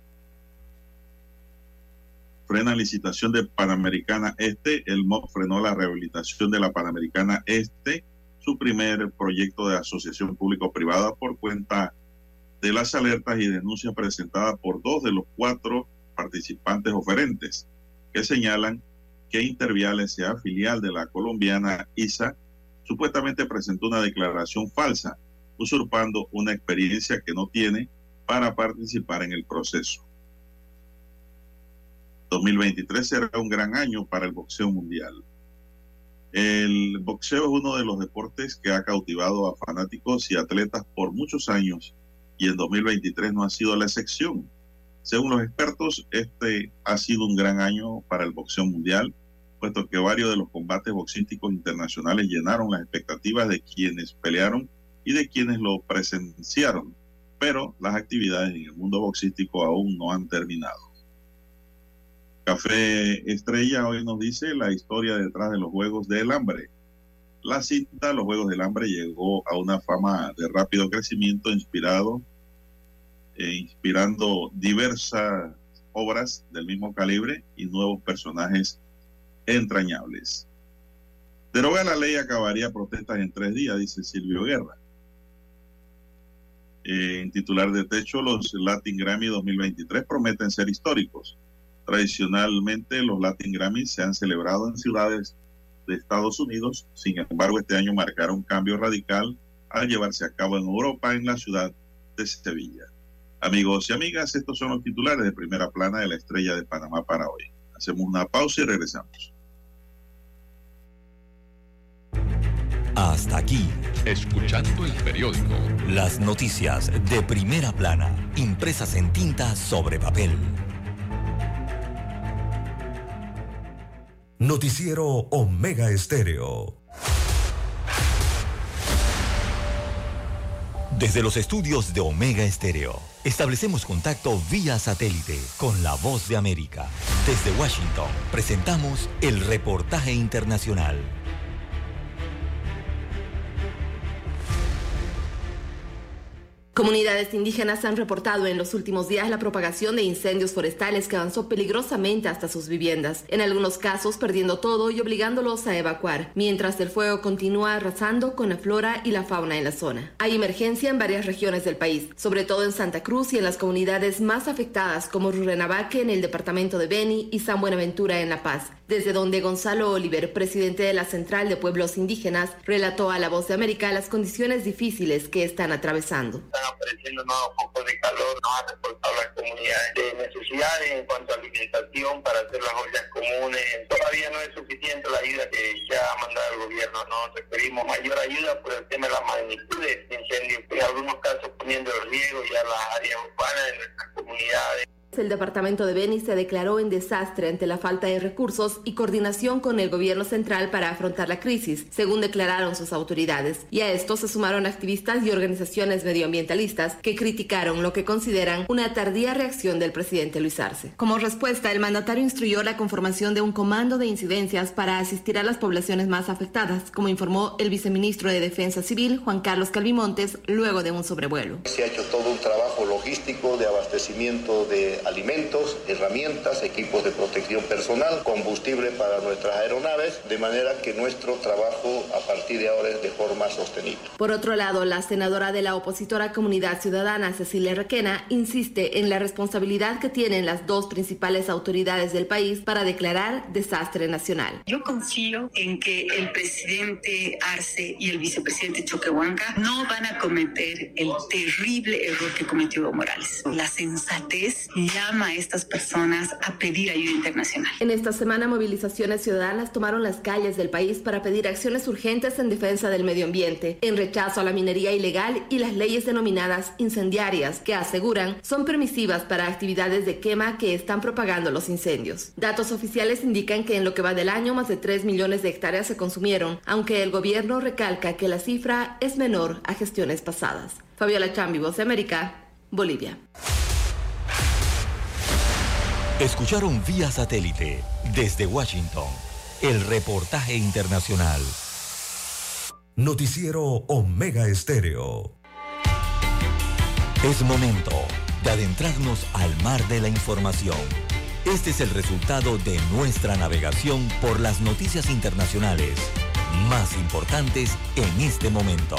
Frena licitación de Panamericana Este. El M O P frenó la rehabilitación de la Panamericana Este, su primer proyecto de asociación público-privada, por cuenta de las alertas y denuncias presentadas por dos de los cuatro participantes oferentes, que señalan que Interviales, sea filial de la colombiana I S A, supuestamente presentó una declaración falsa, usurpando una experiencia que no tiene para participar en el proceso. dos mil veintitrés será un gran año para el boxeo mundial. El boxeo es uno de los deportes que ha cautivado a fanáticos y atletas por muchos años, y en dos mil veintitrés no ha sido la excepción. Según los expertos, este ha sido un gran año para el boxeo mundial, puesto que varios de los combates boxísticos internacionales llenaron las expectativas de quienes pelearon y de quienes lo presenciaron, pero las actividades en el mundo boxístico aún no han terminado. Café Estrella hoy nos dice la historia detrás de los Juegos del Hambre. La cinta Los Juegos del Hambre llegó a una fama de rápido crecimiento, inspirado, eh, inspirando diversas obras del mismo calibre y nuevos personajes entrañables. Derogar la ley acabaría protestas en tres días, dice Silvio Guerra. Eh, en titular de techo, los Latin Grammy dos mil veintitrés prometen ser históricos. Tradicionalmente los Latin Grammy se han celebrado en ciudades de Estados Unidos, sin embargo este año marcará un cambio radical al llevarse a cabo en Europa, en la ciudad de Sevilla. Amigos y amigas, estos son los titulares de primera plana de La Estrella de Panamá para hoy. Hacemos una pausa y regresamos. Hasta aquí, escuchando el periódico. Las noticias de primera plana, impresas en tinta sobre papel. Noticiero Omega Estéreo. Desde los estudios de Omega Estéreo, establecemos contacto vía satélite con la Voz de América. Desde Washington, presentamos el reportaje internacional. Comunidades indígenas han reportado en los últimos días la propagación de incendios forestales que avanzó peligrosamente hasta sus viviendas, en algunos casos perdiendo todo y obligándolos a evacuar, mientras el fuego continúa arrasando con la flora y la fauna en la zona. Hay emergencia en varias regiones del país, sobre todo en Santa Cruz y en las comunidades más afectadas como Rurrenabaque en el departamento de Beni y San Buenaventura en La Paz, desde donde Gonzalo Oliver, presidente de la Central de Pueblos Indígenas, relató a La Voz de América las condiciones difíciles que están atravesando. Apareciendo nuevos focos de calor, nos han reportado las comunidades de necesidades en cuanto a alimentación para hacer las ollas comunes. Todavía no es suficiente la ayuda que ya ha mandado el gobierno, no requerimos mayor ayuda por el tema de la magnitud de este incendio, en algunos casos poniendo en riesgo ya las áreas urbanas de nuestras comunidades. El departamento de Beni se declaró en desastre ante la falta de recursos y coordinación con el gobierno central para afrontar la crisis, según declararon sus autoridades. Y a esto se sumaron activistas y organizaciones medioambientalistas que criticaron lo que consideran una tardía reacción del presidente Luis Arce. Como respuesta, el mandatario instruyó la conformación de un comando de incidencias para asistir a las poblaciones más afectadas, como informó el viceministro de Defensa Civil, Juan Carlos Calvimontes, luego de un sobrevuelo. Se ha hecho todo un trabajo logístico de abastecimiento de alimentos, herramientas, equipos de protección personal, combustible para nuestras aeronaves, de manera que nuestro trabajo a partir de ahora es de forma sostenible. Por otro lado, la senadora de la opositora Comunidad Ciudadana, Cecilia Requena, insiste en la responsabilidad que tienen las dos principales autoridades del país para declarar desastre nacional. Yo confío en que el presidente Arce y el vicepresidente Choquehuanca no van a cometer el terrible error que cometió Evo Morales. La sensatez llama a estas personas a pedir ayuda internacional. En esta semana, movilizaciones ciudadanas tomaron las calles del país para pedir acciones urgentes en defensa del medio ambiente, en rechazo a la minería ilegal y las leyes denominadas incendiarias, que aseguran son permisivas para actividades de quema que están propagando los incendios. Datos oficiales indican que en lo que va del año, más de tres millones de hectáreas se consumieron, aunque el gobierno recalca que la cifra es menor a gestiones pasadas. Fabiola Chambi, Voz de América, Bolivia. Escucharon vía satélite desde Washington el reportaje internacional. Noticiero Omega Estéreo. Es momento de adentrarnos al mar de la información. Este es el resultado de nuestra navegación por las noticias internacionales más importantes en este momento.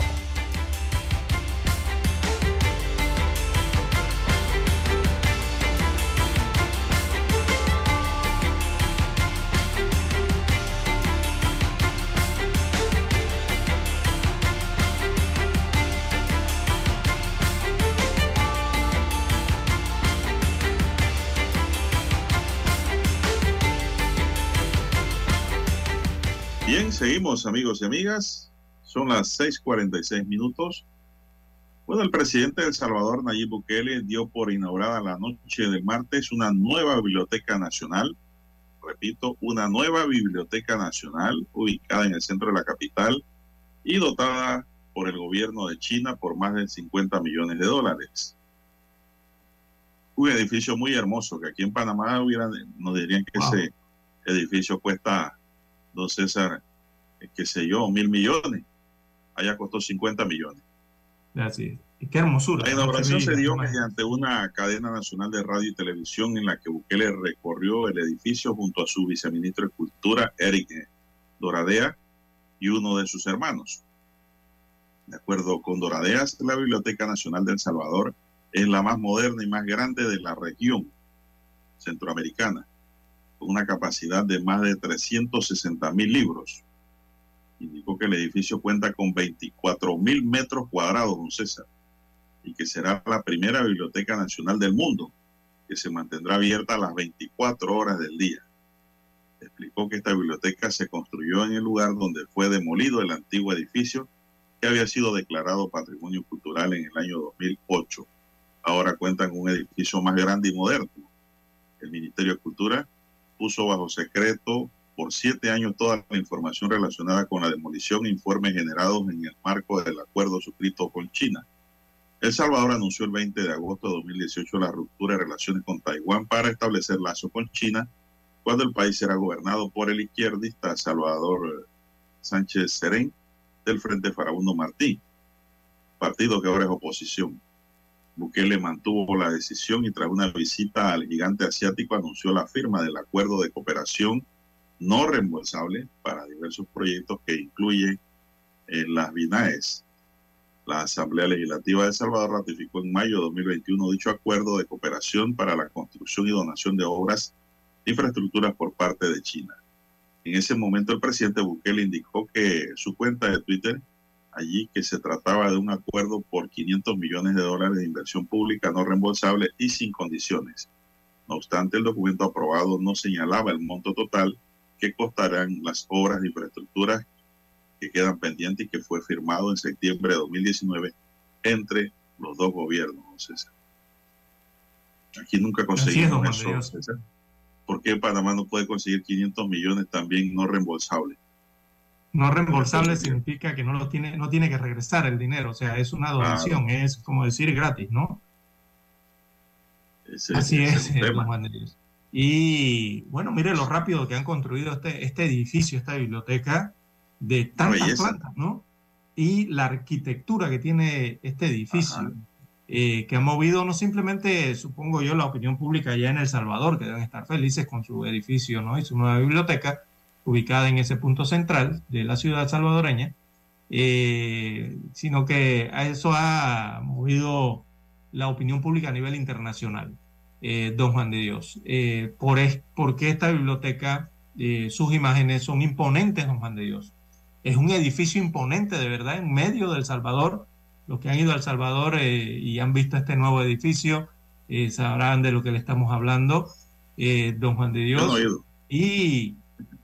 Bien, seguimos amigos y amigas. Son las seis cuarenta y seis minutos. Bueno, el presidente de El Salvador, Nayib Bukele, dio por inaugurada la noche del martes una nueva biblioteca nacional. Repito, una nueva biblioteca nacional ubicada en el centro de la capital y dotada por el gobierno de China por más de cincuenta millones de dólares. Un edificio muy hermoso que aquí en Panamá hubieran, nos dirían que wow. Ese edificio cuesta, don César, qué sé yo, mil millones. Allá costó cincuenta millones. Así es. Qué hermosura. La inauguración se dio mediante una cadena nacional de radio y televisión en la que Bukele recorrió el edificio junto a su viceministro de Cultura, Eric Doradea, y uno de sus hermanos. De acuerdo con Doradeas, la Biblioteca Nacional de El Salvador es la más moderna y más grande de la región centroamericana, con una capacidad de más de trescientos sesenta mil libros. Indicó que el edificio cuenta con veinticuatro mil metros cuadrados, don César, y que será la primera biblioteca nacional del mundo, que se mantendrá abierta a las veinticuatro horas del día. Explicó que esta biblioteca se construyó en el lugar donde fue demolido el antiguo edificio que había sido declarado Patrimonio Cultural en el año dos mil ocho. Ahora cuentan con un edificio más grande y moderno. El Ministerio de Cultura puso bajo secreto por siete años toda la información relacionada con la demolición e informes generados en el marco del acuerdo suscrito con China. El Salvador anunció el veinte de agosto de dos mil dieciocho la ruptura de relaciones con Taiwán para establecer lazos con China, cuando el país era gobernado por el izquierdista Salvador Sánchez Serén del Frente Farabundo Martí, partido que ahora es oposición. Bukele mantuvo la decisión y tras una visita al gigante asiático anunció la firma del acuerdo de cooperación no reembolsable para diversos proyectos que incluyen eh, las B N A E S. La Asamblea Legislativa de El Salvador ratificó en mayo de dos mil veintiuno dicho acuerdo de cooperación para la construcción y donación de obras e infraestructuras por parte de China. En ese momento el presidente Bukele indicó que su cuenta de Twitter allí que se trataba de un acuerdo por quinientos millones de dólares de inversión pública no reembolsable y sin condiciones. No obstante, el documento aprobado no señalaba el monto total que costarán las obras de infraestructuras que quedan pendientes y que fue firmado en septiembre de dos mil diecinueve entre los dos gobiernos, César. Aquí nunca conseguimos es, eso, César. ¿Por qué Panamá no puede conseguir quinientos millones también no reembolsables? No reembolsable significa que no lo tiene, no tiene que regresar el dinero, o sea, es una donación, claro. Es como decir gratis, ¿no? Ese, Así ese es, es Juan de Dios. Y bueno, mire lo rápido que han construido este, este edificio, esta biblioteca, de tantas plantas, ¿no? Y la arquitectura que tiene este edificio, eh, que ha movido no simplemente, supongo yo, la opinión pública allá en El Salvador, que deben estar felices con su edificio, ¿no? Y su nueva biblioteca, ubicada en ese punto central de la ciudad salvadoreña, eh, sino que a eso ha movido la opinión pública a nivel internacional, eh, don Juan de Dios. Eh, por es, porque esta biblioteca, eh, sus imágenes son imponentes, don Juan de Dios. Es un edificio imponente, de verdad, en medio del Salvador. Los que han ido a El Salvador eh, y han visto este nuevo edificio eh, sabrán de lo que le estamos hablando, eh, don Juan de Dios. No, y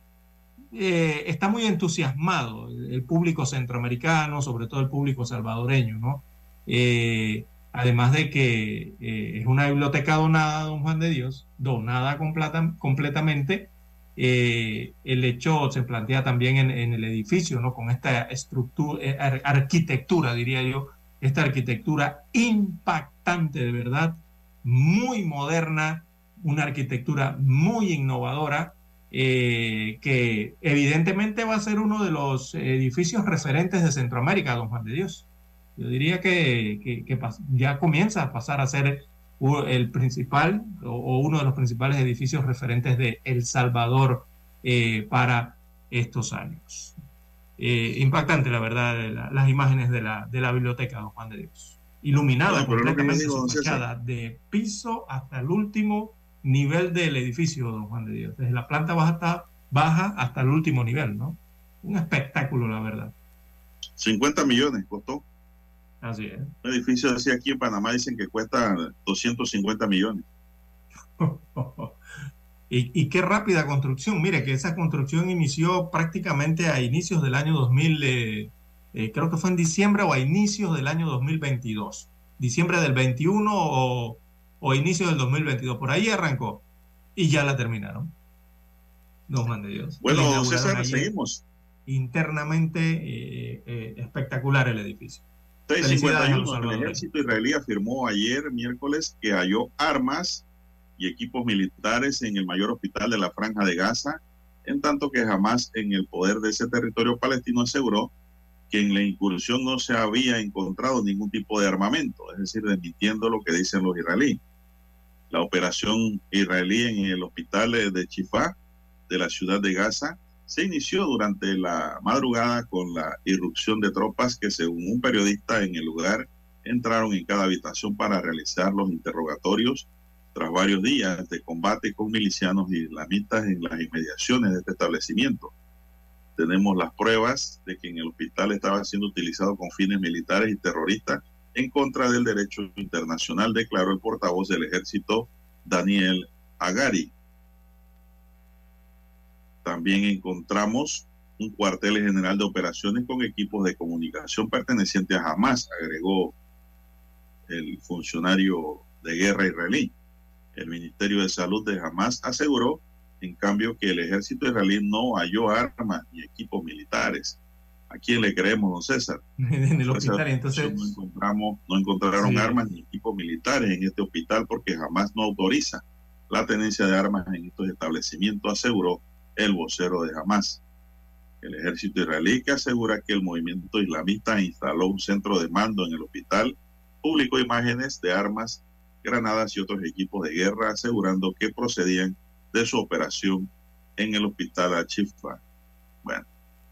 eh, está muy entusiasmado el, el público centroamericano, sobre todo el público salvadoreño, ¿no? Eh, además de que eh, es una biblioteca donada, don Juan de Dios, donada completa, completamente. Eh, el hecho se plantea también en, en el edificio, ¿no? Con esta estructura, eh, ar, arquitectura, diría yo, esta arquitectura impactante, de verdad, muy moderna, una arquitectura muy innovadora, eh, que evidentemente va a ser uno de los edificios referentes de Centroamérica, don Juan de Dios. Yo diría que, que, que ya comienza a pasar a ser el principal o, o uno de los principales edificios referentes de El Salvador eh, para estos años. Eh, impactante, la verdad, la, las imágenes de la, de la biblioteca, don Juan de Dios. Iluminada no, completamente digo, su fachada, de piso hasta el último nivel del edificio, don Juan de Dios. Desde la planta baja hasta, baja hasta el último nivel, ¿no? Un espectáculo, la verdad. cincuenta millones costó. Así es. Un edificio así aquí en Panamá dicen que cuesta doscientos cincuenta millones. y, y qué rápida construcción. Mire que esa construcción inició prácticamente a inicios del año dos mil, eh, eh, creo que fue en diciembre o a inicios del año dos mil veintidós. Diciembre del veintiuno o, o inicios del dos mil veintidós. Por ahí arrancó y ya la terminaron. No, man de Dios. Bueno, César, seguimos. Internamente eh, eh, espectacular el edificio. seis cincuenta y uno, el ejército israelí afirmó ayer, miércoles, que halló armas y equipos militares en el mayor hospital de la Franja de Gaza, en tanto que jamás en el poder de ese territorio palestino aseguró que en la incursión no se había encontrado ningún tipo de armamento, es decir, desmintiendo lo que dicen los israelíes. La operación israelí en el hospital de Shifá de la ciudad de Gaza se inició durante la madrugada con la irrupción de tropas que, según un periodista en el lugar, entraron en cada habitación para realizar los interrogatorios tras varios días de combate con milicianos islamistas en las inmediaciones de este establecimiento. Tenemos las pruebas de que en el hospital estaba siendo utilizado con fines militares y terroristas en contra del derecho internacional, declaró el portavoz del ejército, Daniel Hagari. También encontramos un cuartel general de operaciones con equipos de comunicación pertenecientes a Hamas, agregó el funcionario de guerra israelí. El Ministerio de Salud de Hamas aseguró, en cambio, que el ejército israelí no halló armas ni equipos militares. ¿A quién le creemos, don César? En el hospital, entonces... No, encontramos, no encontraron sí. armas ni equipos militares en este hospital porque Hamas no autoriza la tenencia de armas en estos establecimientos, aseguró el vocero de Hamas. El ejército israelí, que asegura que el movimiento islamista instaló un centro de mando en el hospital, publicó imágenes de armas, granadas y otros equipos de guerra, asegurando que procedían de su operación en el hospital Al-Shifa. Bueno,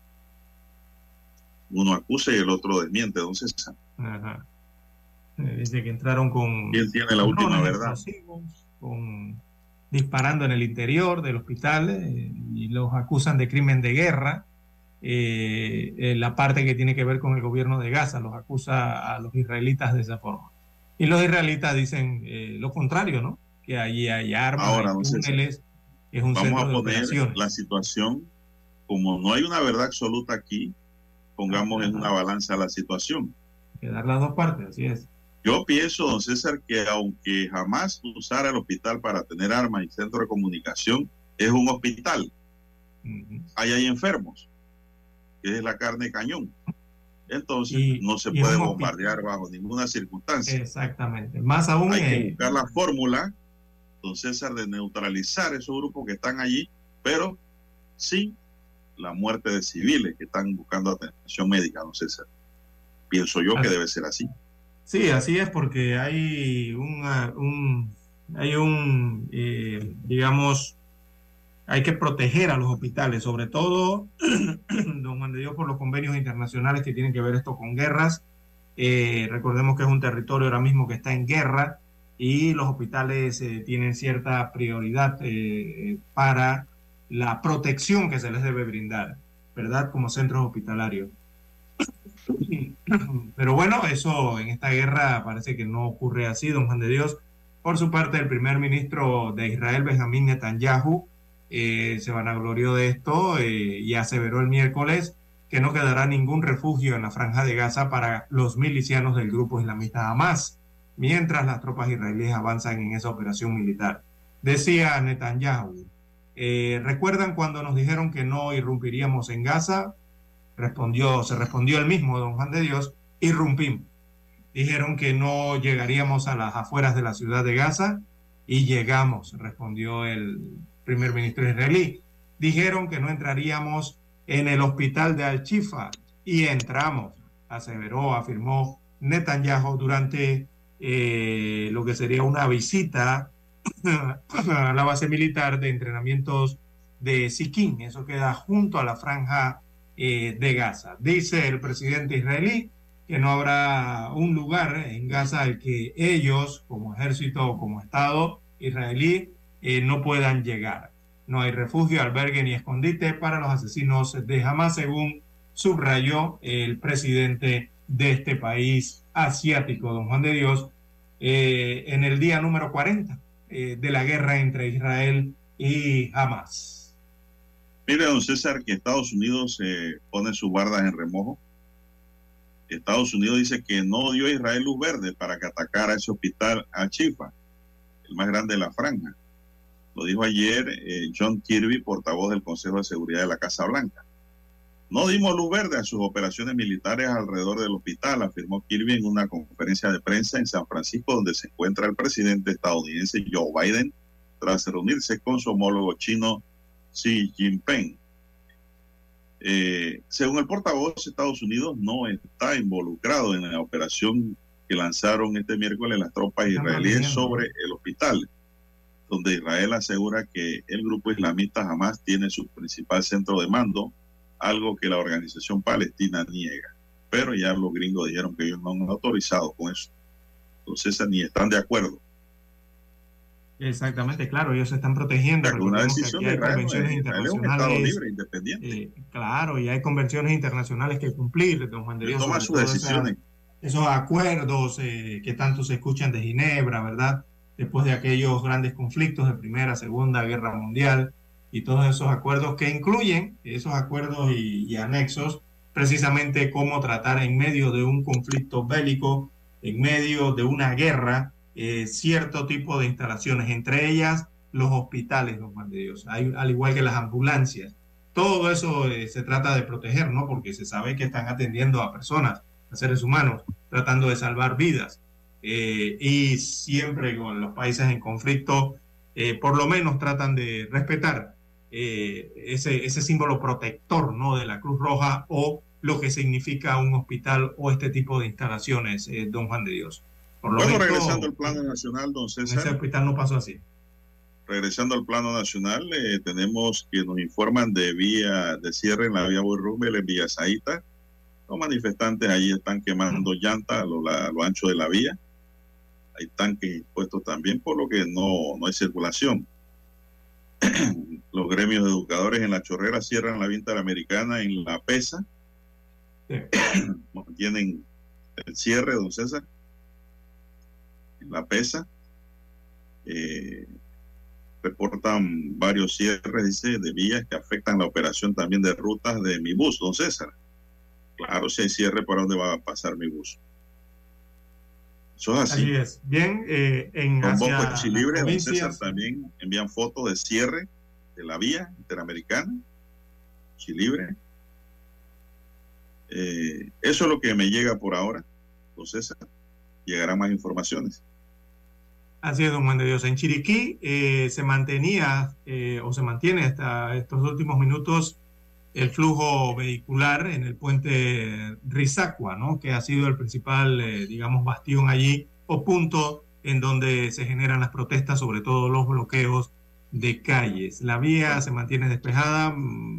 uno acusa y el otro desmiente, don César. Ajá. Dice que entraron con... ¿Quién tiene la última verdad? Con, disparando en el interior del hospital eh, y los acusan de crimen de guerra. Eh, eh, la parte que tiene que ver con el gobierno de Gaza los acusa a los israelitas de esa forma. Y los israelitas dicen eh, lo contrario, ¿no? Que allí hay armas, Ahora, hay túneles, es un vamos centro a de poner operaciones. La situación, como no hay una verdad absoluta aquí, pongamos en una balanza la situación. Hay que dar las dos partes, así es. Yo pienso, don César, que aunque jamás usara el hospital para tener armas y centro de comunicación, es un hospital. Uh-huh. Ahí hay enfermos, que es la carne de cañón. Entonces, y, no se puede bombardear bajo ninguna circunstancia. Exactamente. Más aún... Hay eh, que buscar la fórmula, don César, de neutralizar esos grupos que están allí, pero sin la muerte de civiles que están buscando atención médica, don César. Pienso yo que debe ser así. Sí, así es, porque hay una, un, hay un, eh, digamos, hay que proteger a los hospitales, sobre todo, don Juan de Dios, por los convenios internacionales que tienen que ver esto con guerras. Eh, recordemos que es un territorio ahora mismo que está en guerra y los hospitales eh, tienen cierta prioridad eh, para la protección que se les debe brindar, ¿verdad? Como centros hospitalarios. Pero bueno, eso en esta guerra parece que no ocurre así, don Juan de Dios. Por su parte, el primer ministro de Israel, Benjamín Netanyahu, eh, se vanaglorió de esto eh, y aseveró el miércoles que no quedará ningún refugio en la franja de Gaza para los milicianos del grupo islamista Hamas, mientras las tropas israelíes avanzan en esa operación militar. Decía Netanyahu, eh, ¿recuerdan cuando nos dijeron que no irrumpiríamos en Gaza? Respondió, se respondió el mismo, don Juan de Dios, irrumpimos. Dijeron que no llegaríamos a las afueras de la ciudad de Gaza y llegamos, respondió el primer ministro israelí. Dijeron que no entraríamos en el hospital de Al-Shifa y entramos, aseveró, afirmó Netanyahu durante eh, lo que sería una visita a la base militar de entrenamientos de Siquín. Eso queda junto a la franja Eh, de Gaza. Dice el presidente israelí que no habrá un lugar en Gaza al que ellos, como ejército o como Estado israelí, eh, no puedan llegar. No hay refugio, albergue ni escondite para los asesinos de Hamas, según subrayó el presidente de este país asiático, don Juan de Dios, eh, en el día número cuarenta eh, de la guerra entre Israel y Hamas. Mire, don César, que Estados Unidos eh, pone sus bardas en remojo. Estados Unidos dice que no dio a Israel luz verde para que atacara ese hospital Al-Shifa, el más grande de la franja. Lo dijo ayer eh, John Kirby, portavoz del Consejo de Seguridad de la Casa Blanca. No dimos luz verde a sus operaciones militares alrededor del hospital, afirmó Kirby en una conferencia de prensa en San Francisco, donde se encuentra el presidente estadounidense Joe Biden, tras reunirse con su homólogo chino Xi Jinping. Eh, según el portavoz, Estados Unidos no está involucrado en la operación que lanzaron este miércoles las tropas israelíes sobre el hospital, donde Israel asegura que el grupo islamista Hamas tiene su principal centro de mando, algo que la organización palestina niega. Pero ya los gringos dijeron que ellos no han autorizado con eso. Entonces ni están de acuerdo. Exactamente, claro, ellos se están protegiendo. Una decisión que hay de Israel, convenciones Israel internacionales, es un Estado libre, independiente. Eh, claro, y hay convenciones internacionales que cumplir, don Juan de Dios. Toma sus decisiones. Esa, esos acuerdos eh, que tanto se escuchan de Ginebra, ¿verdad? Después de aquellos grandes conflictos de Primera, Segunda Guerra Mundial, y todos esos acuerdos que incluyen, esos acuerdos y, y anexos, precisamente cómo tratar en medio de un conflicto bélico, en medio de una guerra, eh, cierto tipo de instalaciones, entre ellas los hospitales, don Juan de Dios, hay, al igual que las ambulancias. Todo eso eh, se trata de proteger, ¿no? Porque se sabe que están atendiendo a personas, a seres humanos, tratando de salvar vidas. Eh, y siempre con los países en conflicto, eh, por lo menos tratan de respetar eh, ese, ese símbolo protector, ¿no? De la Cruz Roja o lo que significa un hospital o este tipo de instalaciones, eh, don Juan de Dios. Por lo bueno, menos, regresando al plano nacional, don César. Ese hospital no pasó así. Regresando al plano nacional, eh, tenemos que nos informan de vía de cierre en la vía Boy-Rummel en Villa Zaita. Los manifestantes allí están quemando llantas a lo, la, a lo ancho de la vía. Hay tanques puestos también, por lo que no, no hay circulación. Los gremios de educadores en La Chorrera cierran la vía interamericana en La Pesa. Mantienen el cierre, don César, en La Pesa. Eh, reportan varios cierres, dice, de vías que afectan la operación también de rutas de Mi Bus, don César. Claro, si hay cierre, ¿para dónde va a pasar Mi Bus? Eso es así. Así es. Bien, eh, en Con hacia Bosco y Chilibre, don provincias, César, también envían fotos de cierre de la vía interamericana, Chilibre. Eh, eso es lo que me llega por ahora, don César. Llegarán más informaciones. Así es, don Juan de Dios. En Chiriquí eh, se mantenía eh, o se mantiene hasta estos últimos minutos el flujo vehicular en el puente Rizacua, ¿no? Que ha sido el principal, eh, digamos, bastión allí o punto en donde se generan las protestas, sobre todo los bloqueos de calles. La vía se mantiene despejada,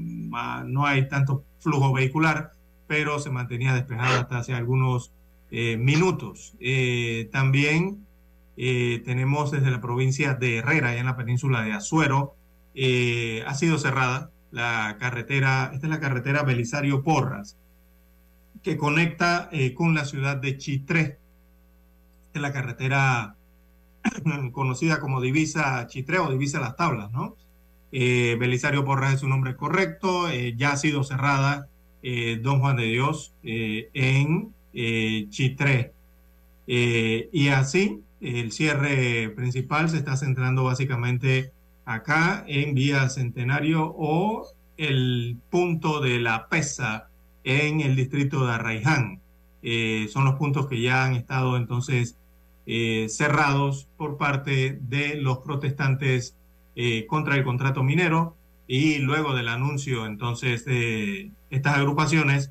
no hay tanto flujo vehicular, pero se mantenía despejada hasta hace algunos eh, minutos. Eh, también eh, tenemos desde la provincia de Herrera, en la península de Azuero, eh, ha sido cerrada la carretera, esta es la carretera Belisario Porras, que conecta eh, con la ciudad de Chitré. Esta es la carretera conocida como Divisa Chitré o Divisa Las Tablas, ¿no? Eh, Belisario Porras es su nombre correcto, eh, ya ha sido cerrada, eh, don Juan de Dios, eh, en eh, Chitré. Eh, y así, el cierre principal se está centrando básicamente acá en Vía Centenario o el punto de La Pesa en el distrito de Arraiján. Eh, son los puntos que ya han estado entonces eh, cerrados por parte de los protestantes eh, contra el contrato minero, y luego del anuncio entonces de estas agrupaciones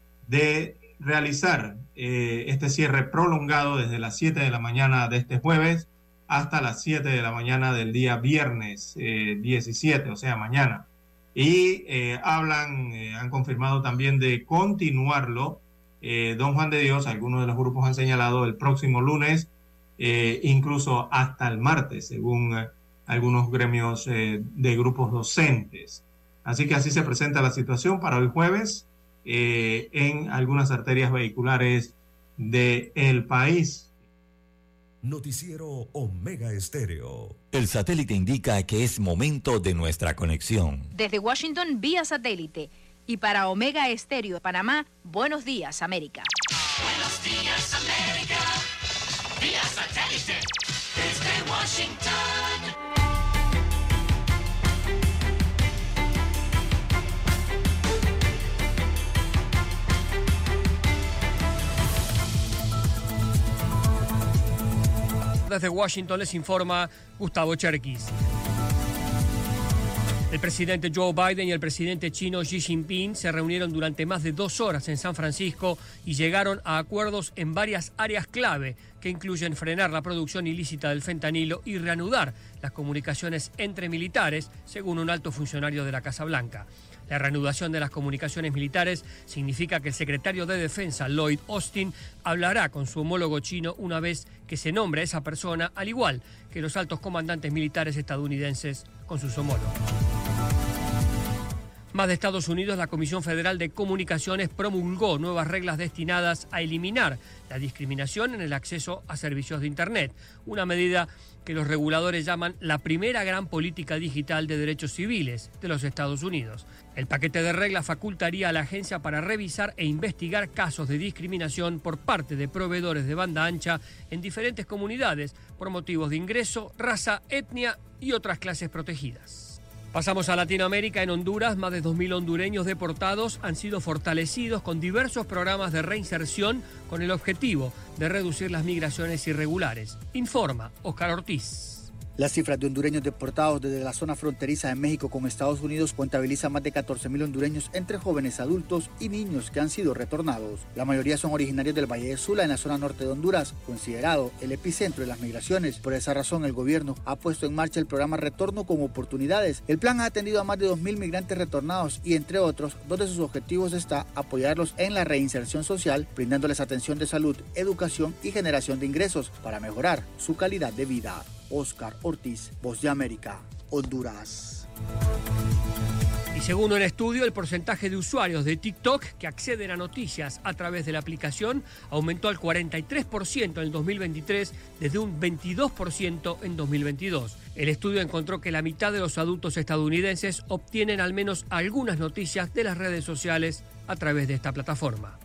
de realizar eh, este cierre prolongado desde las siete de la mañana de este jueves hasta las siete de la mañana del día viernes eh, diecisiete, o sea, mañana. Y eh, hablan, eh, han confirmado también de continuarlo, eh, don Juan de Dios, algunos de los grupos han señalado el próximo lunes, eh, incluso hasta el martes, según eh, algunos gremios eh, de grupos docentes. Así que así se presenta la situación para el jueves eh, en algunas arterias vehiculares del país. Noticiero Omega Estéreo. El satélite indica que es momento de nuestra conexión. Desde Washington, vía satélite. Y para Omega Estéreo de Panamá, buenos días, América. Buenos días, América. Vía satélite. Desde Washington. Desde Washington les informa Gustavo Cherkis. El presidente Joe Biden y el presidente chino Xi Jinping se reunieron durante más de dos horas en San Francisco y llegaron a acuerdos en varias áreas clave que incluyen frenar la producción ilícita del fentanilo y reanudar las comunicaciones entre militares, según un alto funcionario de la Casa Blanca. La reanudación de las comunicaciones militares significa que el secretario de Defensa, Lloyd Austin, hablará con su homólogo chino una vez que se nombre a esa persona, al igual que los altos comandantes militares estadounidenses con sus homólogos. Más de Estados Unidos, la Comisión Federal de Comunicaciones promulgó nuevas reglas destinadas a eliminar la discriminación en el acceso a servicios de Internet, una medida que los reguladores llaman la primera gran política digital de derechos civiles de los Estados Unidos. El paquete de reglas facultaría a la agencia para revisar e investigar casos de discriminación por parte de proveedores de banda ancha en diferentes comunidades por motivos de ingreso, raza, etnia y otras clases protegidas. Pasamos a Latinoamérica. En Honduras, más de dos mil hondureños deportados han sido fortalecidos con diversos programas de reinserción con el objetivo de reducir las migraciones irregulares. Informa Oscar Ortiz. Las cifras de hondureños deportados desde la zona fronteriza de México con Estados Unidos contabilizan más de catorce mil hondureños entre jóvenes, adultos y niños que han sido retornados. La mayoría son originarios del Valle de Sula, en la zona norte de Honduras, considerado el epicentro de las migraciones. Por esa razón, el gobierno ha puesto en marcha el programa Retorno con Oportunidades. El plan ha atendido a más de dos mil migrantes retornados y, entre otros, dos de sus objetivos está apoyarlos en la reinserción social, brindándoles atención de salud, educación y generación de ingresos para mejorar su calidad de vida. Oscar Ortiz, Voz de América, Honduras. Y según un estudio, el porcentaje de usuarios de TikTok que acceden a noticias a través de la aplicación aumentó al cuarenta y tres por ciento en el dos mil veintitrés desde un veintidós por ciento en dos mil veintidós. El estudio encontró que la mitad de los adultos estadounidenses obtienen al menos algunas noticias de las redes sociales a través de esta plataforma.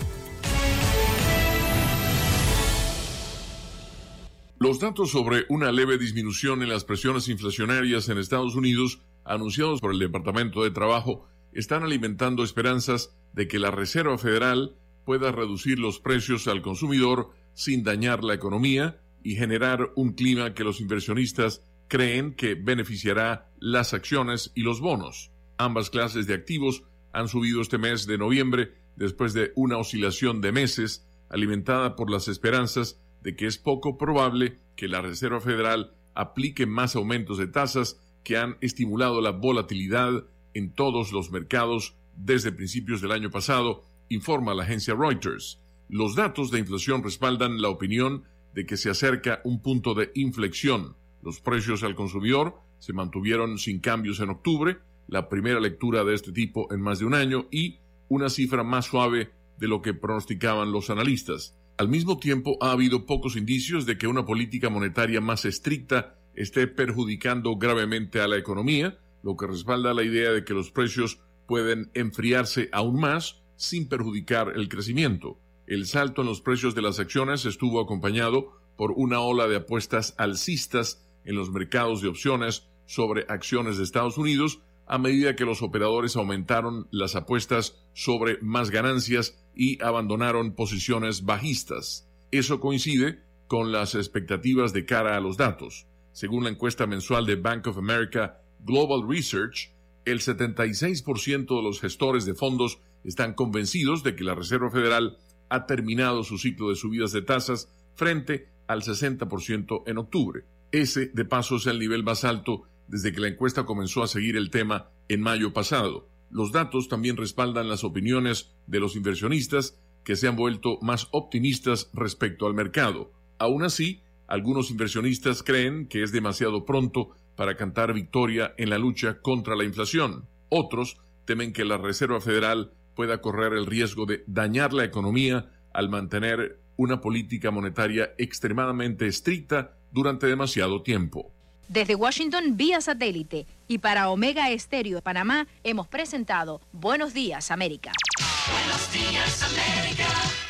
Los datos sobre una leve disminución en las presiones inflacionarias en Estados Unidos, anunciados por el Departamento de Trabajo, están alimentando esperanzas de que la Reserva Federal pueda reducir los precios al consumidor sin dañar la economía y generar un clima que los inversionistas creen que beneficiará las acciones y los bonos. Ambas clases de activos han subido este mes de noviembre después de una oscilación de meses alimentada por las esperanzas de que es poco probable que la Reserva Federal aplique más aumentos de tasas que han estimulado la volatilidad en todos los mercados desde principios del año pasado, informa la agencia Reuters. Los datos de inflación respaldan la opinión de que se acerca un punto de inflexión. Los precios al consumidor se mantuvieron sin cambios en octubre, la primera lectura de este tipo en más de un año, y una cifra más suave de lo que pronosticaban los analistas. Al mismo tiempo, ha habido pocos indicios de que una política monetaria más estricta esté perjudicando gravemente a la economía, lo que respalda la idea de que los precios pueden enfriarse aún más sin perjudicar el crecimiento. El salto en los precios de las acciones estuvo acompañado por una ola de apuestas alcistas en los mercados de opciones sobre acciones de Estados Unidos, a medida que los operadores aumentaron las apuestas sobre más ganancias y abandonaron posiciones bajistas. Eso coincide con las expectativas de cara a los datos. Según la encuesta mensual de Bank of America Global Research, el setenta y seis por ciento de los gestores de fondos están convencidos de que la Reserva Federal ha terminado su ciclo de subidas de tasas frente al sesenta por ciento en octubre. Ese, de paso, es el nivel más alto desde que la encuesta comenzó a seguir el tema en mayo pasado. Los datos también respaldan las opiniones de los inversionistas, que se han vuelto más optimistas respecto al mercado. Aún así, algunos inversionistas creen que es demasiado pronto para cantar victoria en la lucha contra la inflación. Otros temen que la Reserva Federal pueda correr el riesgo de dañar la economía al mantener una política monetaria extremadamente estricta durante demasiado tiempo. Desde Washington, vía satélite, y para Omega Estéreo de Panamá, hemos presentado Buenos Días, América. Buenos Días, América,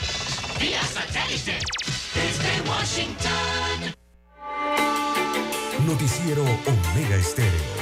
vía satélite, desde Washington. Noticiero Omega Estéreo.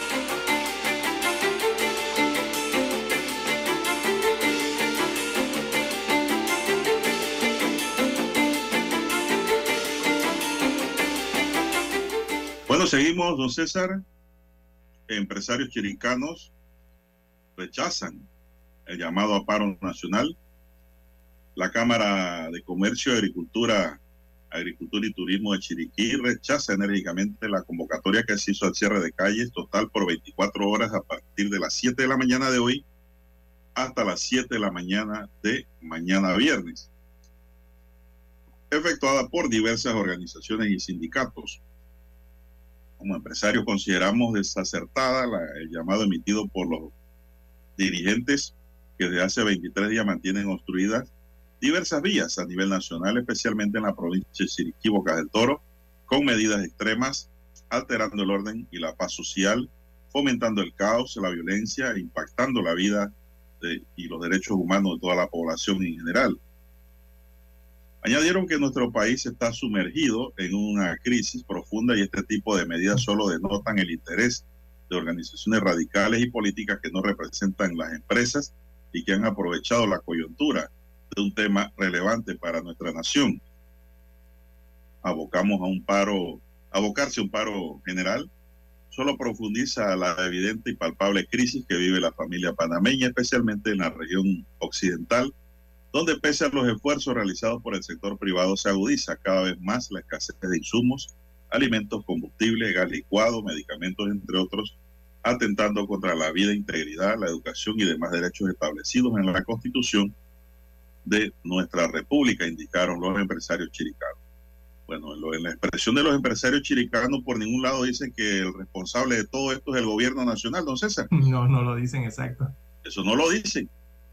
Bueno, seguimos, don César. Empresarios chiricanos rechazan el llamado a paro nacional. La Cámara de Comercio, Agricultura, Agricultura y Turismo de Chiriquí rechaza enérgicamente la convocatoria que se hizo al cierre de calles total por veinticuatro horas a partir de las siete de la mañana de hoy hasta las siete de la mañana de mañana viernes, efectuada por diversas organizaciones y sindicatos. Como empresarios consideramos desacertada la, el llamado emitido por los dirigentes que desde hace veintitrés días mantienen obstruidas diversas vías a nivel nacional, especialmente en la provincia de Chiriquí, Bocas del Toro, con medidas extremas, alterando el orden y la paz social, fomentando el caos, la violencia, e impactando la vida de, y los derechos humanos de toda la población en general. Añadieron que nuestro país está sumergido en una crisis profunda y este tipo de medidas solo denotan el interés de organizaciones radicales y políticas que no representan las empresas y que han aprovechado la coyuntura de un tema relevante para nuestra nación. Abocamos a un paro, abocarse a un paro general solo profundiza la evidente y palpable crisis que vive la familia panameña, especialmente en la región occidental, donde pese a los esfuerzos realizados por el sector privado se agudiza cada vez más la escasez de insumos, alimentos, combustible, gas licuado, medicamentos, entre otros, atentando contra la vida, integridad, la educación y demás derechos establecidos en la Constitución de nuestra República, indicaron los empresarios chiricanos. Bueno, en, lo, en la expresión de los empresarios chiricanos, por ningún lado dicen que el responsable de todo esto es el gobierno nacional, don César. No, no lo dicen, exacto. Eso no lo dicen.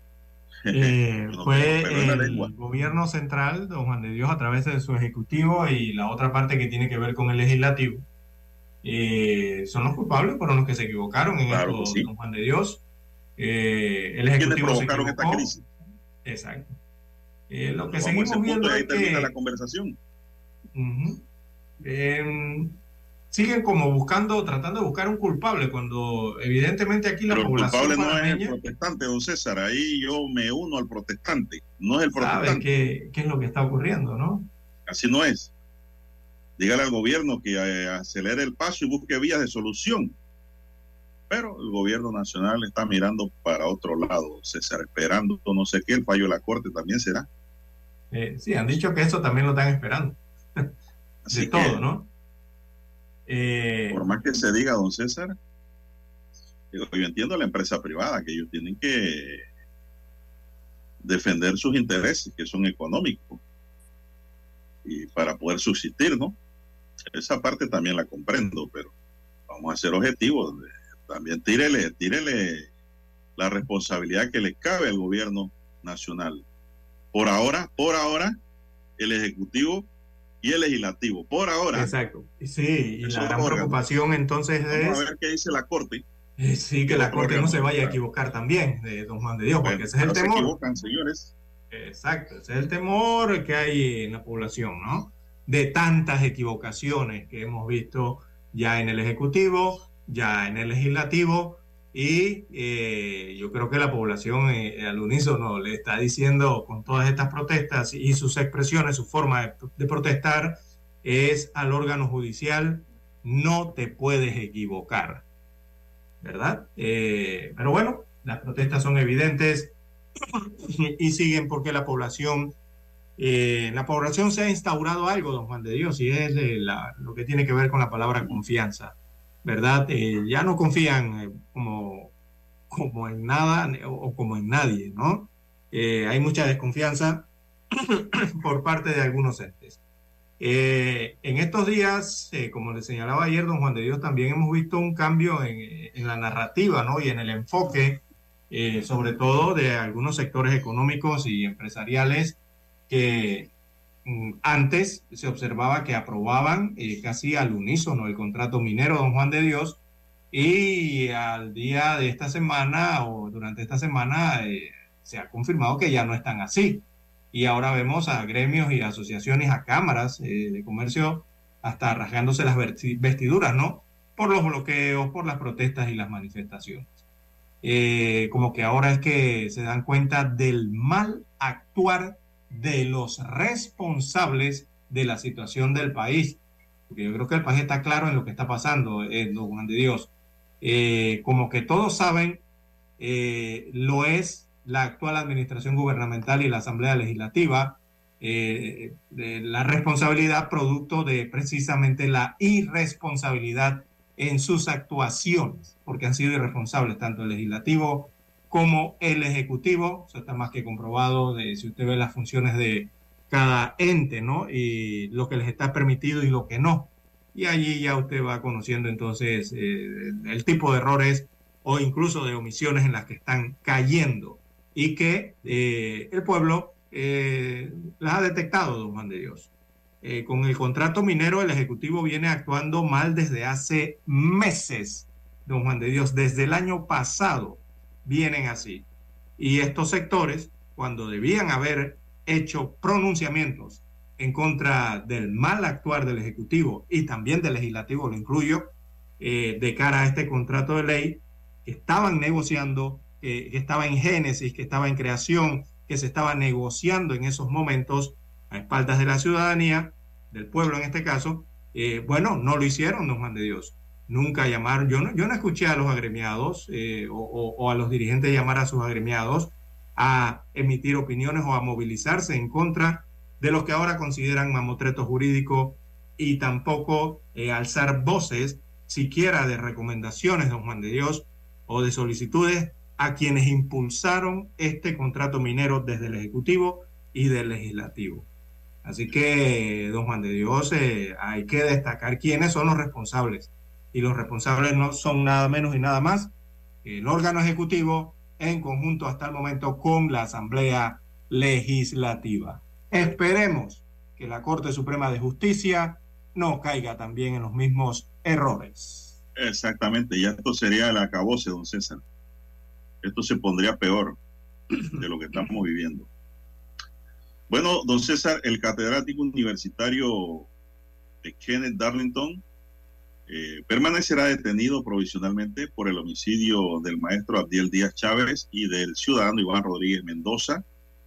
Eh, no fue el gobierno central, don Juan de Dios, a través de su ejecutivo, y la otra parte que tiene que ver con el legislativo, eh, son los culpables, fueron los que se equivocaron en claro esto, sí. don Juan de Dios. Eh, el ejecutivo ¿Quiénes provocaron se esta equivocó. crisis? Exacto. Eh, lo que Vamos seguimos a ese punto viendo y ahí es termina que la conversación. Uh-huh. Eh, siguen como buscando, tratando de buscar un culpable, cuando evidentemente aquí la Pero población el culpable no panameña, es el protestante, don César. Ahí yo me uno al protestante. No es el sabe protestante. qué, qué es lo que está ocurriendo, ¿no? Así no es. Dígale al gobierno que eh, acelere el paso y busque vías de solución. Pero el gobierno nacional está mirando para otro lado, César, esperando no sé qué, el fallo de la Corte también será. Eh, sí, han dicho que eso también lo están esperando. Así de que, todo, ¿no? Eh, por más que se diga, don César, digo, yo entiendo a la empresa privada que ellos tienen que defender sus intereses, que son económicos, y para poder subsistir, ¿no? Esa parte también la comprendo, pero vamos a ser objetivos. También tírele, tírele la responsabilidad que le cabe al gobierno nacional. Por ahora, por ahora, el Ejecutivo y el Legislativo, por ahora. Exacto. Sí, y la gran órganos. preocupación entonces Vamos es... a ver qué dice la Corte. Eh, sí, que la Los Corte no se vaya a órganos. equivocar también, eh, don Juan de Dios, porque Bueno, ese es el no se temor. equivocan, señores. Exacto, ese es el temor que hay en la población, ¿no? De tantas equivocaciones que hemos visto ya en el Ejecutivo, ya en el Legislativo, y eh, yo creo que la población eh, al unísono le está diciendo con todas estas protestas y sus expresiones, su forma de, de protestar es al órgano judicial: no te puedes equivocar, ¿verdad? Eh, pero bueno, las protestas son evidentes y siguen porque la población eh, en la población se ha instaurado algo, don Juan de Dios, y es de la, lo que tiene que ver con la palabra confianza, ¿verdad? Eh, ya no confían eh, como, como en nada o, o como en nadie, ¿no? Eh, hay mucha desconfianza por parte de algunos entes. Eh, en estos días, eh, como le señalaba ayer don Juan de Dios, también hemos visto un cambio en, en la narrativa, ¿no? Y en el enfoque, eh, sobre todo de algunos sectores económicos y empresariales que mm, antes se observaba que aprobaban eh, casi al unísono el contrato minero, don Juan de Dios, y al día de esta semana o durante esta semana eh, se ha confirmado que ya no están así. Y ahora vemos a gremios y asociaciones, a cámaras eh, de comercio, hasta rasgándose las vestiduras, ¿no? Por los bloqueos, por las protestas y las manifestaciones. Eh, como que ahora es que se dan cuenta del mal actuar de los responsables de la situación del país. Porque yo creo que el país está claro en lo que está pasando, eh, don Juan de Dios. Eh, como que todos saben, eh, lo es la actual administración gubernamental y la Asamblea Legislativa, eh, de la responsabilidad producto de precisamente la irresponsabilidad en sus actuaciones, porque han sido irresponsables tanto el Legislativo como el Ejecutivo. Eso está más que comprobado de, si usted ve las funciones de cada ente, ¿no? Y lo que les está permitido y lo que no. Y allí ya usted va conociendo entonces eh, el tipo de errores o incluso de omisiones en las que están cayendo y que eh, el pueblo eh, las ha detectado, don Juan de Dios. Eh, con el contrato minero, el Ejecutivo viene actuando mal desde hace meses, don Juan de Dios, desde el año pasado vienen así. Y estos sectores, cuando debían haber hecho pronunciamientos en contra del mal actuar del Ejecutivo y también del Legislativo, lo incluyo, eh, de cara a este contrato de ley, que estaban negociando, eh, que estaba en génesis, que estaba en creación, que se estaba negociando en esos momentos a espaldas de la ciudadanía, del pueblo en este caso, eh, bueno, no lo hicieron, don Juan de Dios. Nunca llamaron, yo no, yo no escuché a los agremiados eh, o, o, o a los dirigentes llamar a sus agremiados a emitir opiniones o a movilizarse en contra de los que ahora consideran mamotreto jurídico, y tampoco eh, alzar voces siquiera de recomendaciones, don Juan de Dios, o de solicitudes a quienes impulsaron este contrato minero desde el Ejecutivo y del Legislativo. Así que, don Juan de Dios, eh, hay que destacar quiénes son los responsables. Y los responsables no son nada menos y nada más que el órgano ejecutivo en conjunto hasta el momento con la Asamblea Legislativa. Esperemos que la Corte Suprema de Justicia no caiga también en los mismos errores. Exactamente, y esto sería el acabose, don César. Esto se pondría peor de lo que estamos viviendo. Bueno, don César, el catedrático universitario de Kenneth Darlington eh, permanecerá detenido provisionalmente por el homicidio del maestro Abdiel Díaz Chávez y del ciudadano Iván Rodríguez Mendoza,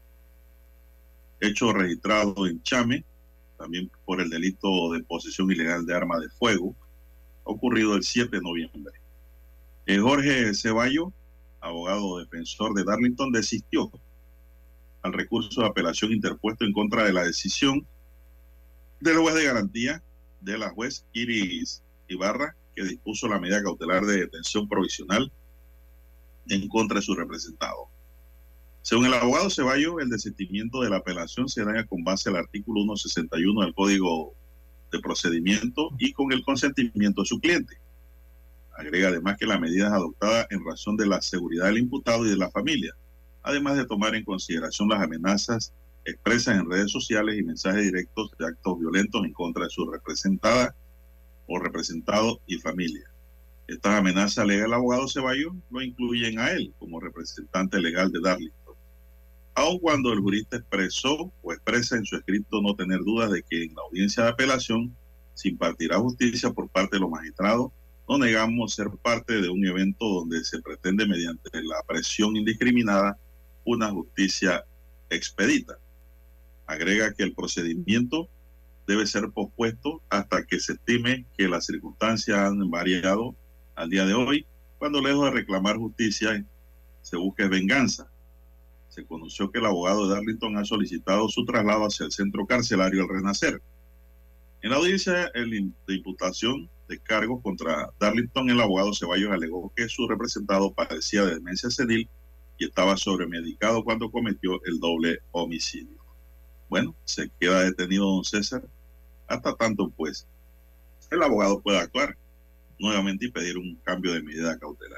hecho registrado en Chame, también por el delito de posesión ilegal de arma de fuego, ocurrido el siete de noviembre. Eh, Jorge Ceballo, abogado defensor de Darlington, desistió al recurso de apelación interpuesto en contra de la decisión del juez de garantía de la juez Iris Ibarra, que dispuso la medida cautelar de detención provisional en contra de su representado. Según el abogado Ceballo, el desistimiento de la apelación se da con base al artículo ciento sesenta y uno del Código de Procedimiento y con el consentimiento de su cliente. Agrega además que la medida es adoptada en razón de la seguridad del imputado y de la familia, además de tomar en consideración las amenazas expresas en redes sociales y mensajes directos de actos violentos en contra de su representada o representado y familia. Estas amenazas, alega el abogado Ceballos, lo incluyen a él como representante legal de Darlington, aun cuando el jurista expresó o expresa en su escrito no tener dudas de que en la audiencia de apelación se impartirá justicia por parte de los magistrados. No negamos ser parte de un evento donde se pretende, mediante la presión indiscriminada, una justicia expedita. Agrega que el procedimiento debe ser pospuesto hasta que se estime que las circunstancias han variado al día de hoy, cuando lejos de reclamar justicia se busque venganza. Se conoció que el abogado de Darlington ha solicitado su traslado hacia el centro carcelario El Renacer. En la audiencia el de imputación de cargos contra Darlington, el abogado Ceballos alegó que su representado padecía de demencia senil y estaba sobremedicado cuando cometió el doble homicidio. Bueno, se queda detenido don César hasta tanto pues el abogado pueda actuar nuevamente y pedir un cambio de medida cautelar.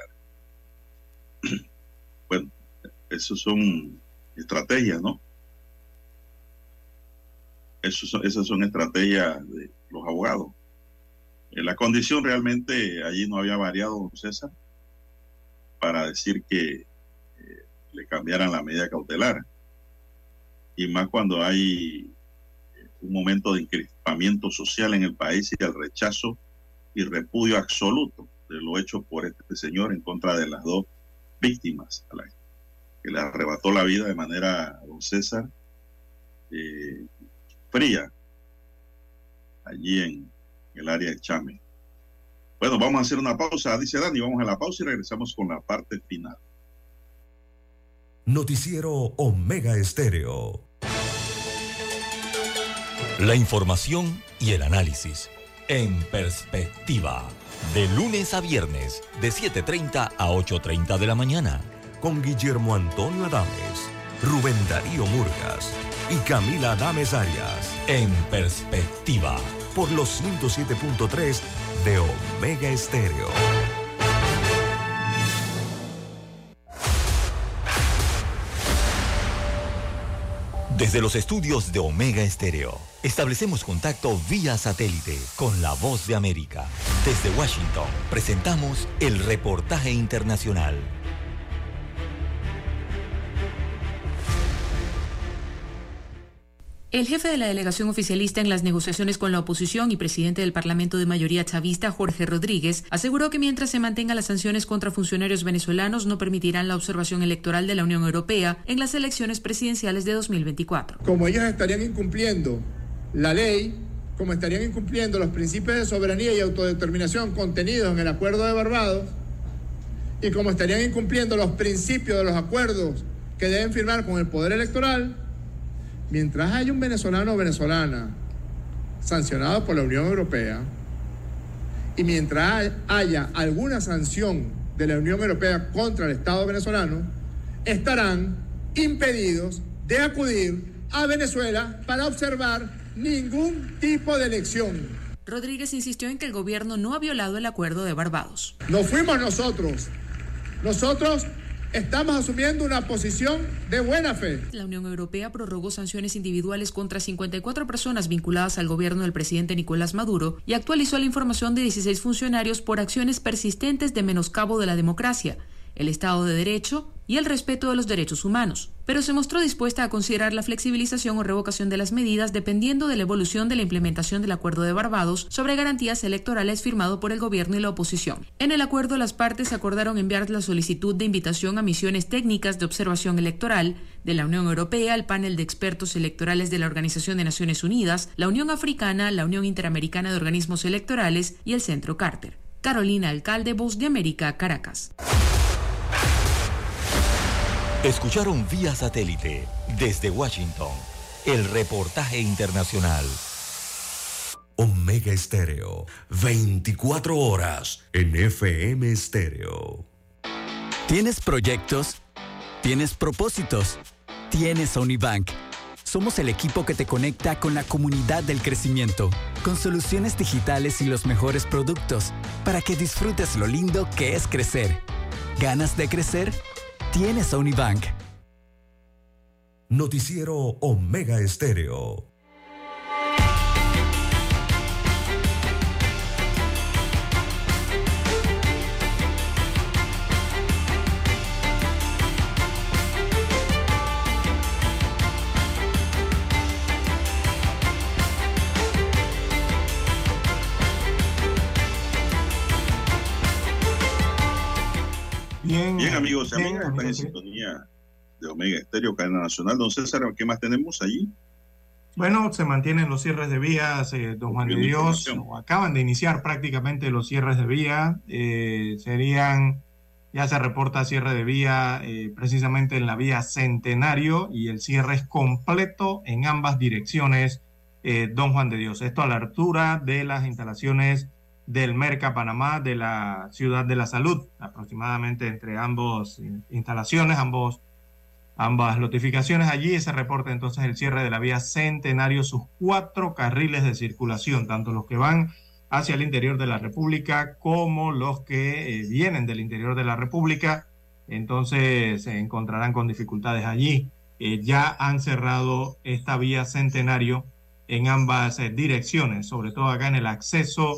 Bueno, esas son estrategias, ¿no? Esos son, esas son estrategias de los abogados. En la condición realmente allí no había variado, don César, para decir que eh, le cambiaran la medida cautelar. Y más cuando hay eh, un momento de encrispamiento social en el país y el rechazo y repudio absoluto de lo hecho por este señor en contra de las dos víctimas a la que le arrebató la vida de manera, don César, eh, fría allí en el área de Chame. Bueno, vamos a hacer una pausa, dice Dani, vamos a la pausa y regresamos con la parte final. Noticiero Omega Estéreo. La información y el análisis en perspectiva, de lunes a viernes, de siete y media a ocho y media de la mañana. Con Guillermo Antonio Adames, Rubén Darío Murgas y Camila Adames Arias. En perspectiva, por los ciento siete punto tres de Omega Estéreo. Desde los estudios de Omega Estéreo, establecemos contacto vía satélite con la Voz de América. Desde Washington, presentamos el reportaje internacional. El jefe de la delegación oficialista en las negociaciones con la oposición y presidente del Parlamento de mayoría chavista, Jorge Rodríguez, aseguró que mientras se mantengan las sanciones contra funcionarios venezolanos no permitirán la observación electoral de la Unión Europea en las elecciones presidenciales de dos mil veinticuatro. Como ellos estarían incumpliendo la ley, como estarían incumpliendo los principios de soberanía y autodeterminación contenidos en el Acuerdo de Barbados, y como estarían incumpliendo los principios de los acuerdos que deben firmar con el Poder Electoral, mientras haya un venezolano o venezolana sancionado por la Unión Europea y mientras haya alguna sanción de la Unión Europea contra el Estado venezolano, estarán impedidos de acudir a Venezuela para observar ningún tipo de elección. Rodríguez insistió en que el gobierno no ha violado el Acuerdo de Barbados. No fuimos nosotros. Nosotros estamos asumiendo una posición de buena fe. La Unión Europea prorrogó sanciones individuales contra cincuenta y cuatro personas vinculadas al gobierno del presidente Nicolás Maduro y actualizó la información de dieciséis funcionarios por acciones persistentes de menoscabo de la democracia, el Estado de Derecho y el respeto de los derechos humanos, pero se mostró dispuesta a considerar la flexibilización o revocación de las medidas dependiendo de la evolución de la implementación del Acuerdo de Barbados sobre garantías electorales firmado por el gobierno y la oposición. En el acuerdo, las partes acordaron enviar la solicitud de invitación a misiones técnicas de observación electoral de la Unión Europea, el panel de expertos electorales de la Organización de Naciones Unidas, la Unión Africana, la Unión Interamericana de Organismos Electorales y el Centro Carter. Carolina Alcalde, Voz de América, Caracas. Escucharon vía satélite desde Washington el reportaje internacional. Omega Estéreo, veinticuatro horas en F M Estéreo. ¿Tienes proyectos? ¿Tienes propósitos? Tienes a Unibank. Somos el equipo que te conecta con la comunidad del crecimiento, con soluciones digitales y los mejores productos, para que disfrutes lo lindo que es crecer. ¿Ganas de crecer? Tienes a Unibank. Noticiero Omega Estéreo. Bien, bien amigos y amigas, están en sintonía de Omega Estéreo, cadena nacional. Don César, ¿qué más tenemos allí? Bueno, se mantienen los cierres de vías, eh, don Juan de Dios, acaban de iniciar prácticamente los cierres de vía, eh, serían, ya se reporta cierre de vía eh, precisamente en la vía Centenario y el cierre es completo en ambas direcciones, eh, don Juan de Dios. Esto a la altura de las instalaciones del Merca Panamá de la Ciudad de la Salud, aproximadamente entre ambas instalaciones, ambos, ambas notificaciones. Allí se reporta entonces el cierre de la vía Centenario, sus cuatro carriles de circulación, tanto los que van hacia el interior de la República como los que eh, vienen del interior de la República, entonces se encontrarán con dificultades allí. Eh, ya han cerrado esta vía Centenario en ambas eh, direcciones, sobre todo acá en el acceso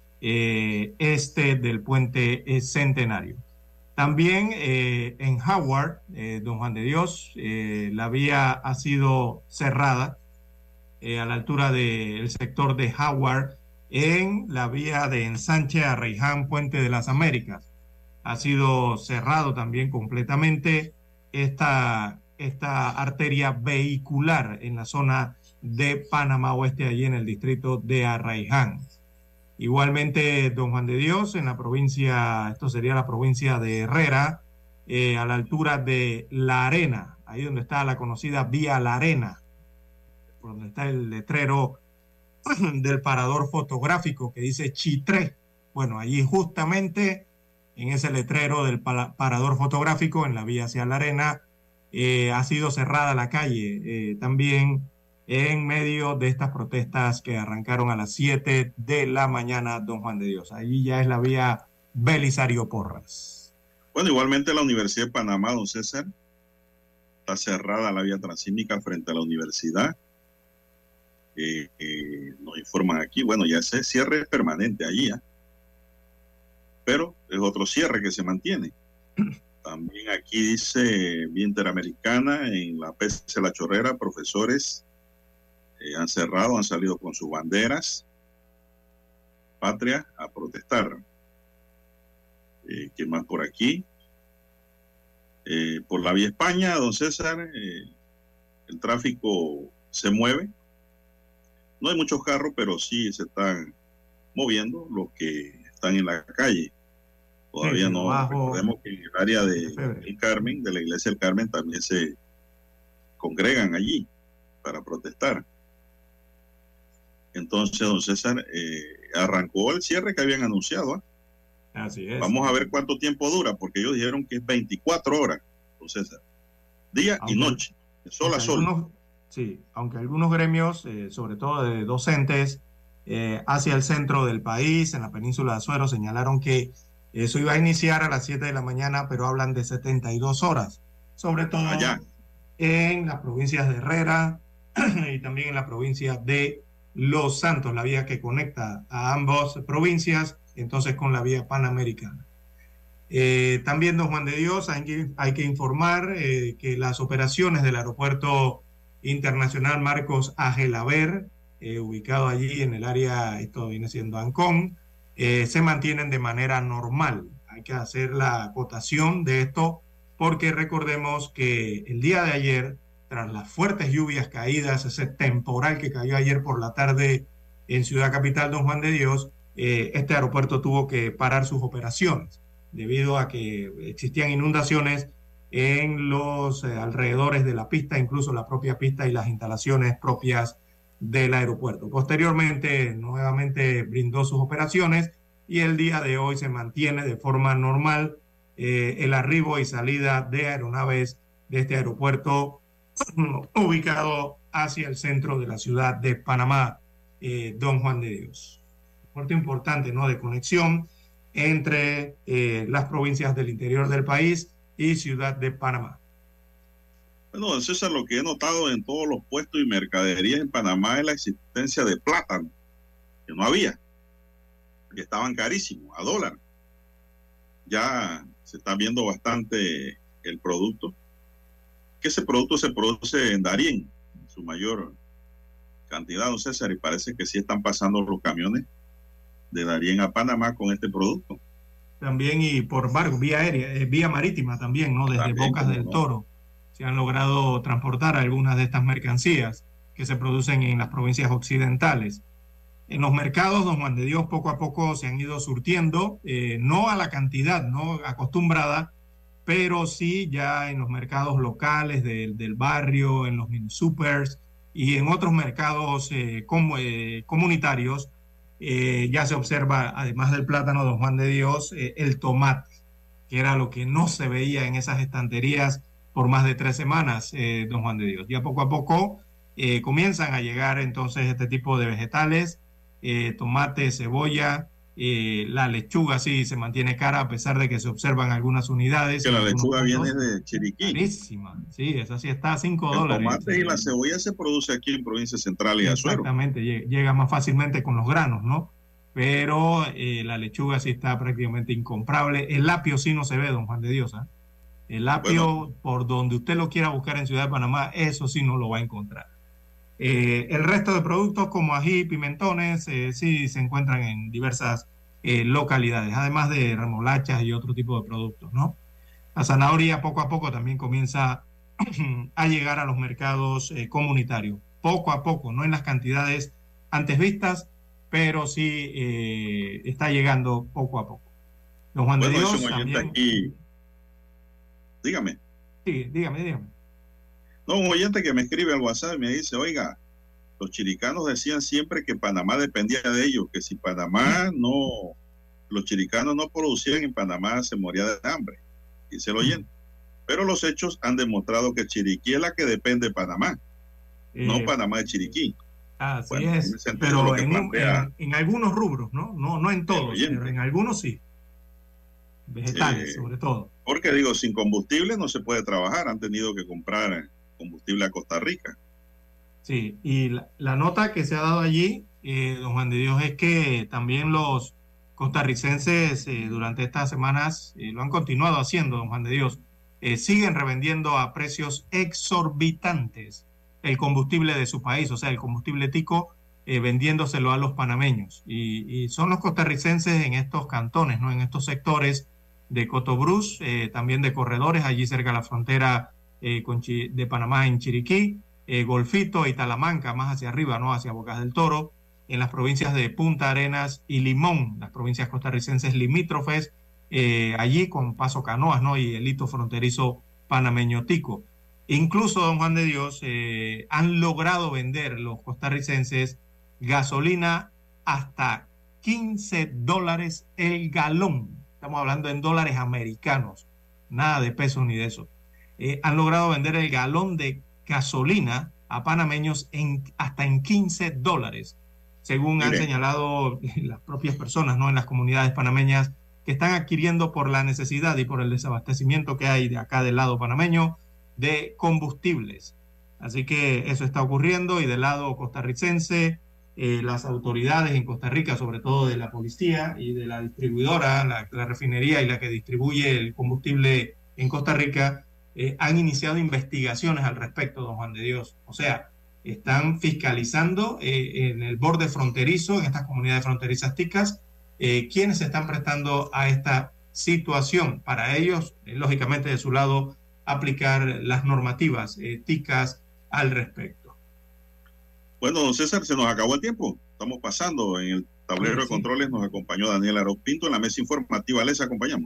Eh, este del puente eh, Centenario. También eh, en Howard, eh, don Juan de Dios, eh, la vía ha sido cerrada eh, a la altura del sector de Howard en la vía de ensanche a Reiján, Puente de las Américas. Ha sido cerrado también completamente esta, esta arteria vehicular en la zona de Panamá Oeste, allí en el distrito de Arraiján. Igualmente, don Juan de Dios, en la provincia, esto sería la provincia de Herrera, eh, a la altura de La Arena, ahí donde está la conocida Vía La Arena, por donde está el letrero del parador fotográfico que dice Chitré. Bueno, allí justamente en ese letrero del parador fotográfico, en la vía hacia La Arena, eh, ha sido cerrada la calle, eh, también en medio de estas protestas que arrancaron a las siete de la mañana, don Juan de Dios. Ahí ya es la vía Belisario Porras. Bueno, igualmente la Universidad de Panamá, don César, está cerrada la vía transísmica frente a la universidad. Eh, eh, nos informan aquí, bueno, ya ese cierre es permanente allí, ¿eh? Pero es otro cierre que se mantiene. También aquí dice vía interamericana, en la P C La Chorrera, profesores eh, han cerrado, han salido con sus banderas patria a protestar. Eh, ¿Qué más por aquí? Eh, por la vía España, don César, eh, el tráfico se mueve. No hay muchos carros, pero sí se están moviendo los que están en la calle. Todavía sí, no. Bajo. Recordemos que en el área de el Carmen, de la iglesia del Carmen, también se congregan allí para protestar. Entonces, don César, eh, arrancó el cierre que habían anunciado. ¿eh? Así es. Vamos a ver cuánto tiempo dura, porque ellos dijeron que es veinticuatro horas, don César. Día aunque, y noche, de sol a sol. Algunos, sí, aunque algunos gremios, eh, sobre todo de docentes, eh, hacia el centro del país, en la península de Azuero, señalaron que eso iba a iniciar a las siete de la mañana, pero hablan de setenta y dos horas, sobre todo allá en las provincias de Herrera y también en la provincia de Los Santos, la vía que conecta a ambas provincias, entonces con la vía panamericana. Eh, también, don Juan de Dios, hay que, hay que informar eh, que las operaciones del aeropuerto internacional Marcos A. Gelaber, eh, ubicado allí en el área, esto viene siendo Ancón, eh, se mantienen de manera normal. Hay que hacer la acotación de esto porque recordemos que el día de ayer, tras las fuertes lluvias caídas, ese temporal que cayó ayer por la tarde en Ciudad Capital, don Juan de Dios, eh, este aeropuerto tuvo que parar sus operaciones debido a que existían inundaciones en los eh, alrededores de la pista, incluso la propia pista y las instalaciones propias del aeropuerto. Posteriormente, nuevamente brindó sus operaciones y el día de hoy se mantiene de forma normal eh, el arribo y salida de aeronaves de este aeropuerto ubicado hacia el centro de la ciudad de Panamá, eh, don Juan de Dios. Aeropuerto importante, ¿no?, de conexión entre eh, las provincias del interior del país y ciudad de Panamá. Bueno, César, lo que he notado en todos los puestos y mercaderías en Panamá es la existencia de plátano, que no había, que estaban carísimos, a dólar. Ya se está viendo bastante el producto, que ese producto se produce en Darién, en su mayor cantidad, don César, y parece que sí están pasando los camiones de Darién a Panamá con este producto. También y por barco, vía aérea, eh, vía marítima también, ¿no? Desde también, Bocas del no. Toro se han logrado transportar algunas de estas mercancías que se producen en las provincias occidentales. En los mercados, don Juan de Dios, poco a poco se han ido surtiendo, eh, no a la cantidad no acostumbrada, pero sí ya en los mercados locales de, del barrio, en los mini supers y en otros mercados eh, como, eh, comunitarios, eh, ya se observa, además del plátano, don Juan de Dios, eh, el tomate, que era lo que no se veía en esas estanterías por más de tres semanas, eh, don Juan de Dios. Ya poco a poco eh, comienzan a llegar entonces este tipo de vegetales, eh, tomate, cebolla, eh, la lechuga sí se mantiene cara a pesar de que se observan algunas unidades. Que la lechuga viene de Chiriquí. Carísima, sí, esa sí está a cinco dólares. El tomate y la cebolla se produce aquí en Provincia Central y Azuero. Exactamente, llega más fácilmente con los granos, ¿no? Pero eh, la lechuga sí está prácticamente incomprable. El apio sí no se ve, don Juan de Dios, ¿eh? El apio, bueno, por donde usted lo quiera buscar en Ciudad de Panamá, eso sí no lo va a encontrar. Eh, el resto de productos como ají, pimentones, eh, sí se encuentran en diversas eh, localidades, además de remolachas y otro tipo de productos, ¿no? La zanahoria poco a poco también comienza a llegar a los mercados eh, comunitarios, poco a poco, no en las cantidades antes vistas, pero sí eh, está llegando poco a poco. Don Juan bueno, de Dios también... Aquí... Dígame. Sí, dígame, dígame. No, un oyente que me escribe al WhatsApp y me dice, oiga, los chiricanos decían siempre que Panamá dependía de ellos, que si Panamá no, los chiricanos no producían en Panamá se moría de hambre, dice el oyente. Pero los hechos han demostrado que Chiriquí es la que depende de Panamá, eh, no Panamá de Chiriquí. Así bueno, es, en pero en, plantea, en, en algunos rubros, ¿no? No, no en todos, pero en algunos sí. vegetales, eh, sobre todo. Porque digo, sin combustible no se puede trabajar, han tenido que comprar combustible a Costa Rica. Sí, y la, la nota que se ha dado allí, eh, don Juan de Dios, es que también los costarricenses eh, durante estas semanas eh, lo han continuado haciendo, don Juan de Dios, eh, siguen revendiendo a precios exorbitantes el combustible de su país, o sea, el combustible tico, eh, vendiéndoselo a los panameños. Y, y son los costarricenses en estos cantones, ¿no? En estos sectores de Cotobruz, eh, también de corredores, allí cerca de la frontera eh, con Chi- de Panamá en Chiriquí, eh, Golfito y Talamanca, más hacia arriba, ¿no? Hacia Bocas del Toro, en las provincias de Punta Arenas y Limón, las provincias costarricenses limítrofes, eh, allí con Paso Canoas, ¿no? Y el hito fronterizo panameño tico. Incluso, don Juan de Dios, eh, han logrado vender los costarricenses gasolina hasta quince dólares el galón. Estamos hablando en dólares americanos, nada de pesos ni de eso. Eh, han logrado vender el galón de gasolina a panameños en, hasta en quince dólares, según han señalado las propias personas, ¿no? En las comunidades panameñas que están adquiriendo por la necesidad y por el desabastecimiento que hay de acá del lado panameño de combustibles. Así que eso está ocurriendo, y del lado costarricense, eh, las autoridades en Costa Rica, sobre todo de la policía y de la distribuidora, la, la refinería y la que distribuye el combustible en Costa Rica, eh, han iniciado investigaciones al respecto, don Juan de Dios. O sea, están fiscalizando eh, en el borde fronterizo, en estas comunidades fronterizas ticas, eh, quienes se están prestando a esta situación. Para ellos, eh, lógicamente, de su lado, aplicar las normativas eh, ticas al respecto. Bueno, don César, se nos acabó el tiempo. Estamos pasando en el tablero sí, de controles. Nos acompañó Daniel Arauz Pinto. En la mesa informativa les acompañamos.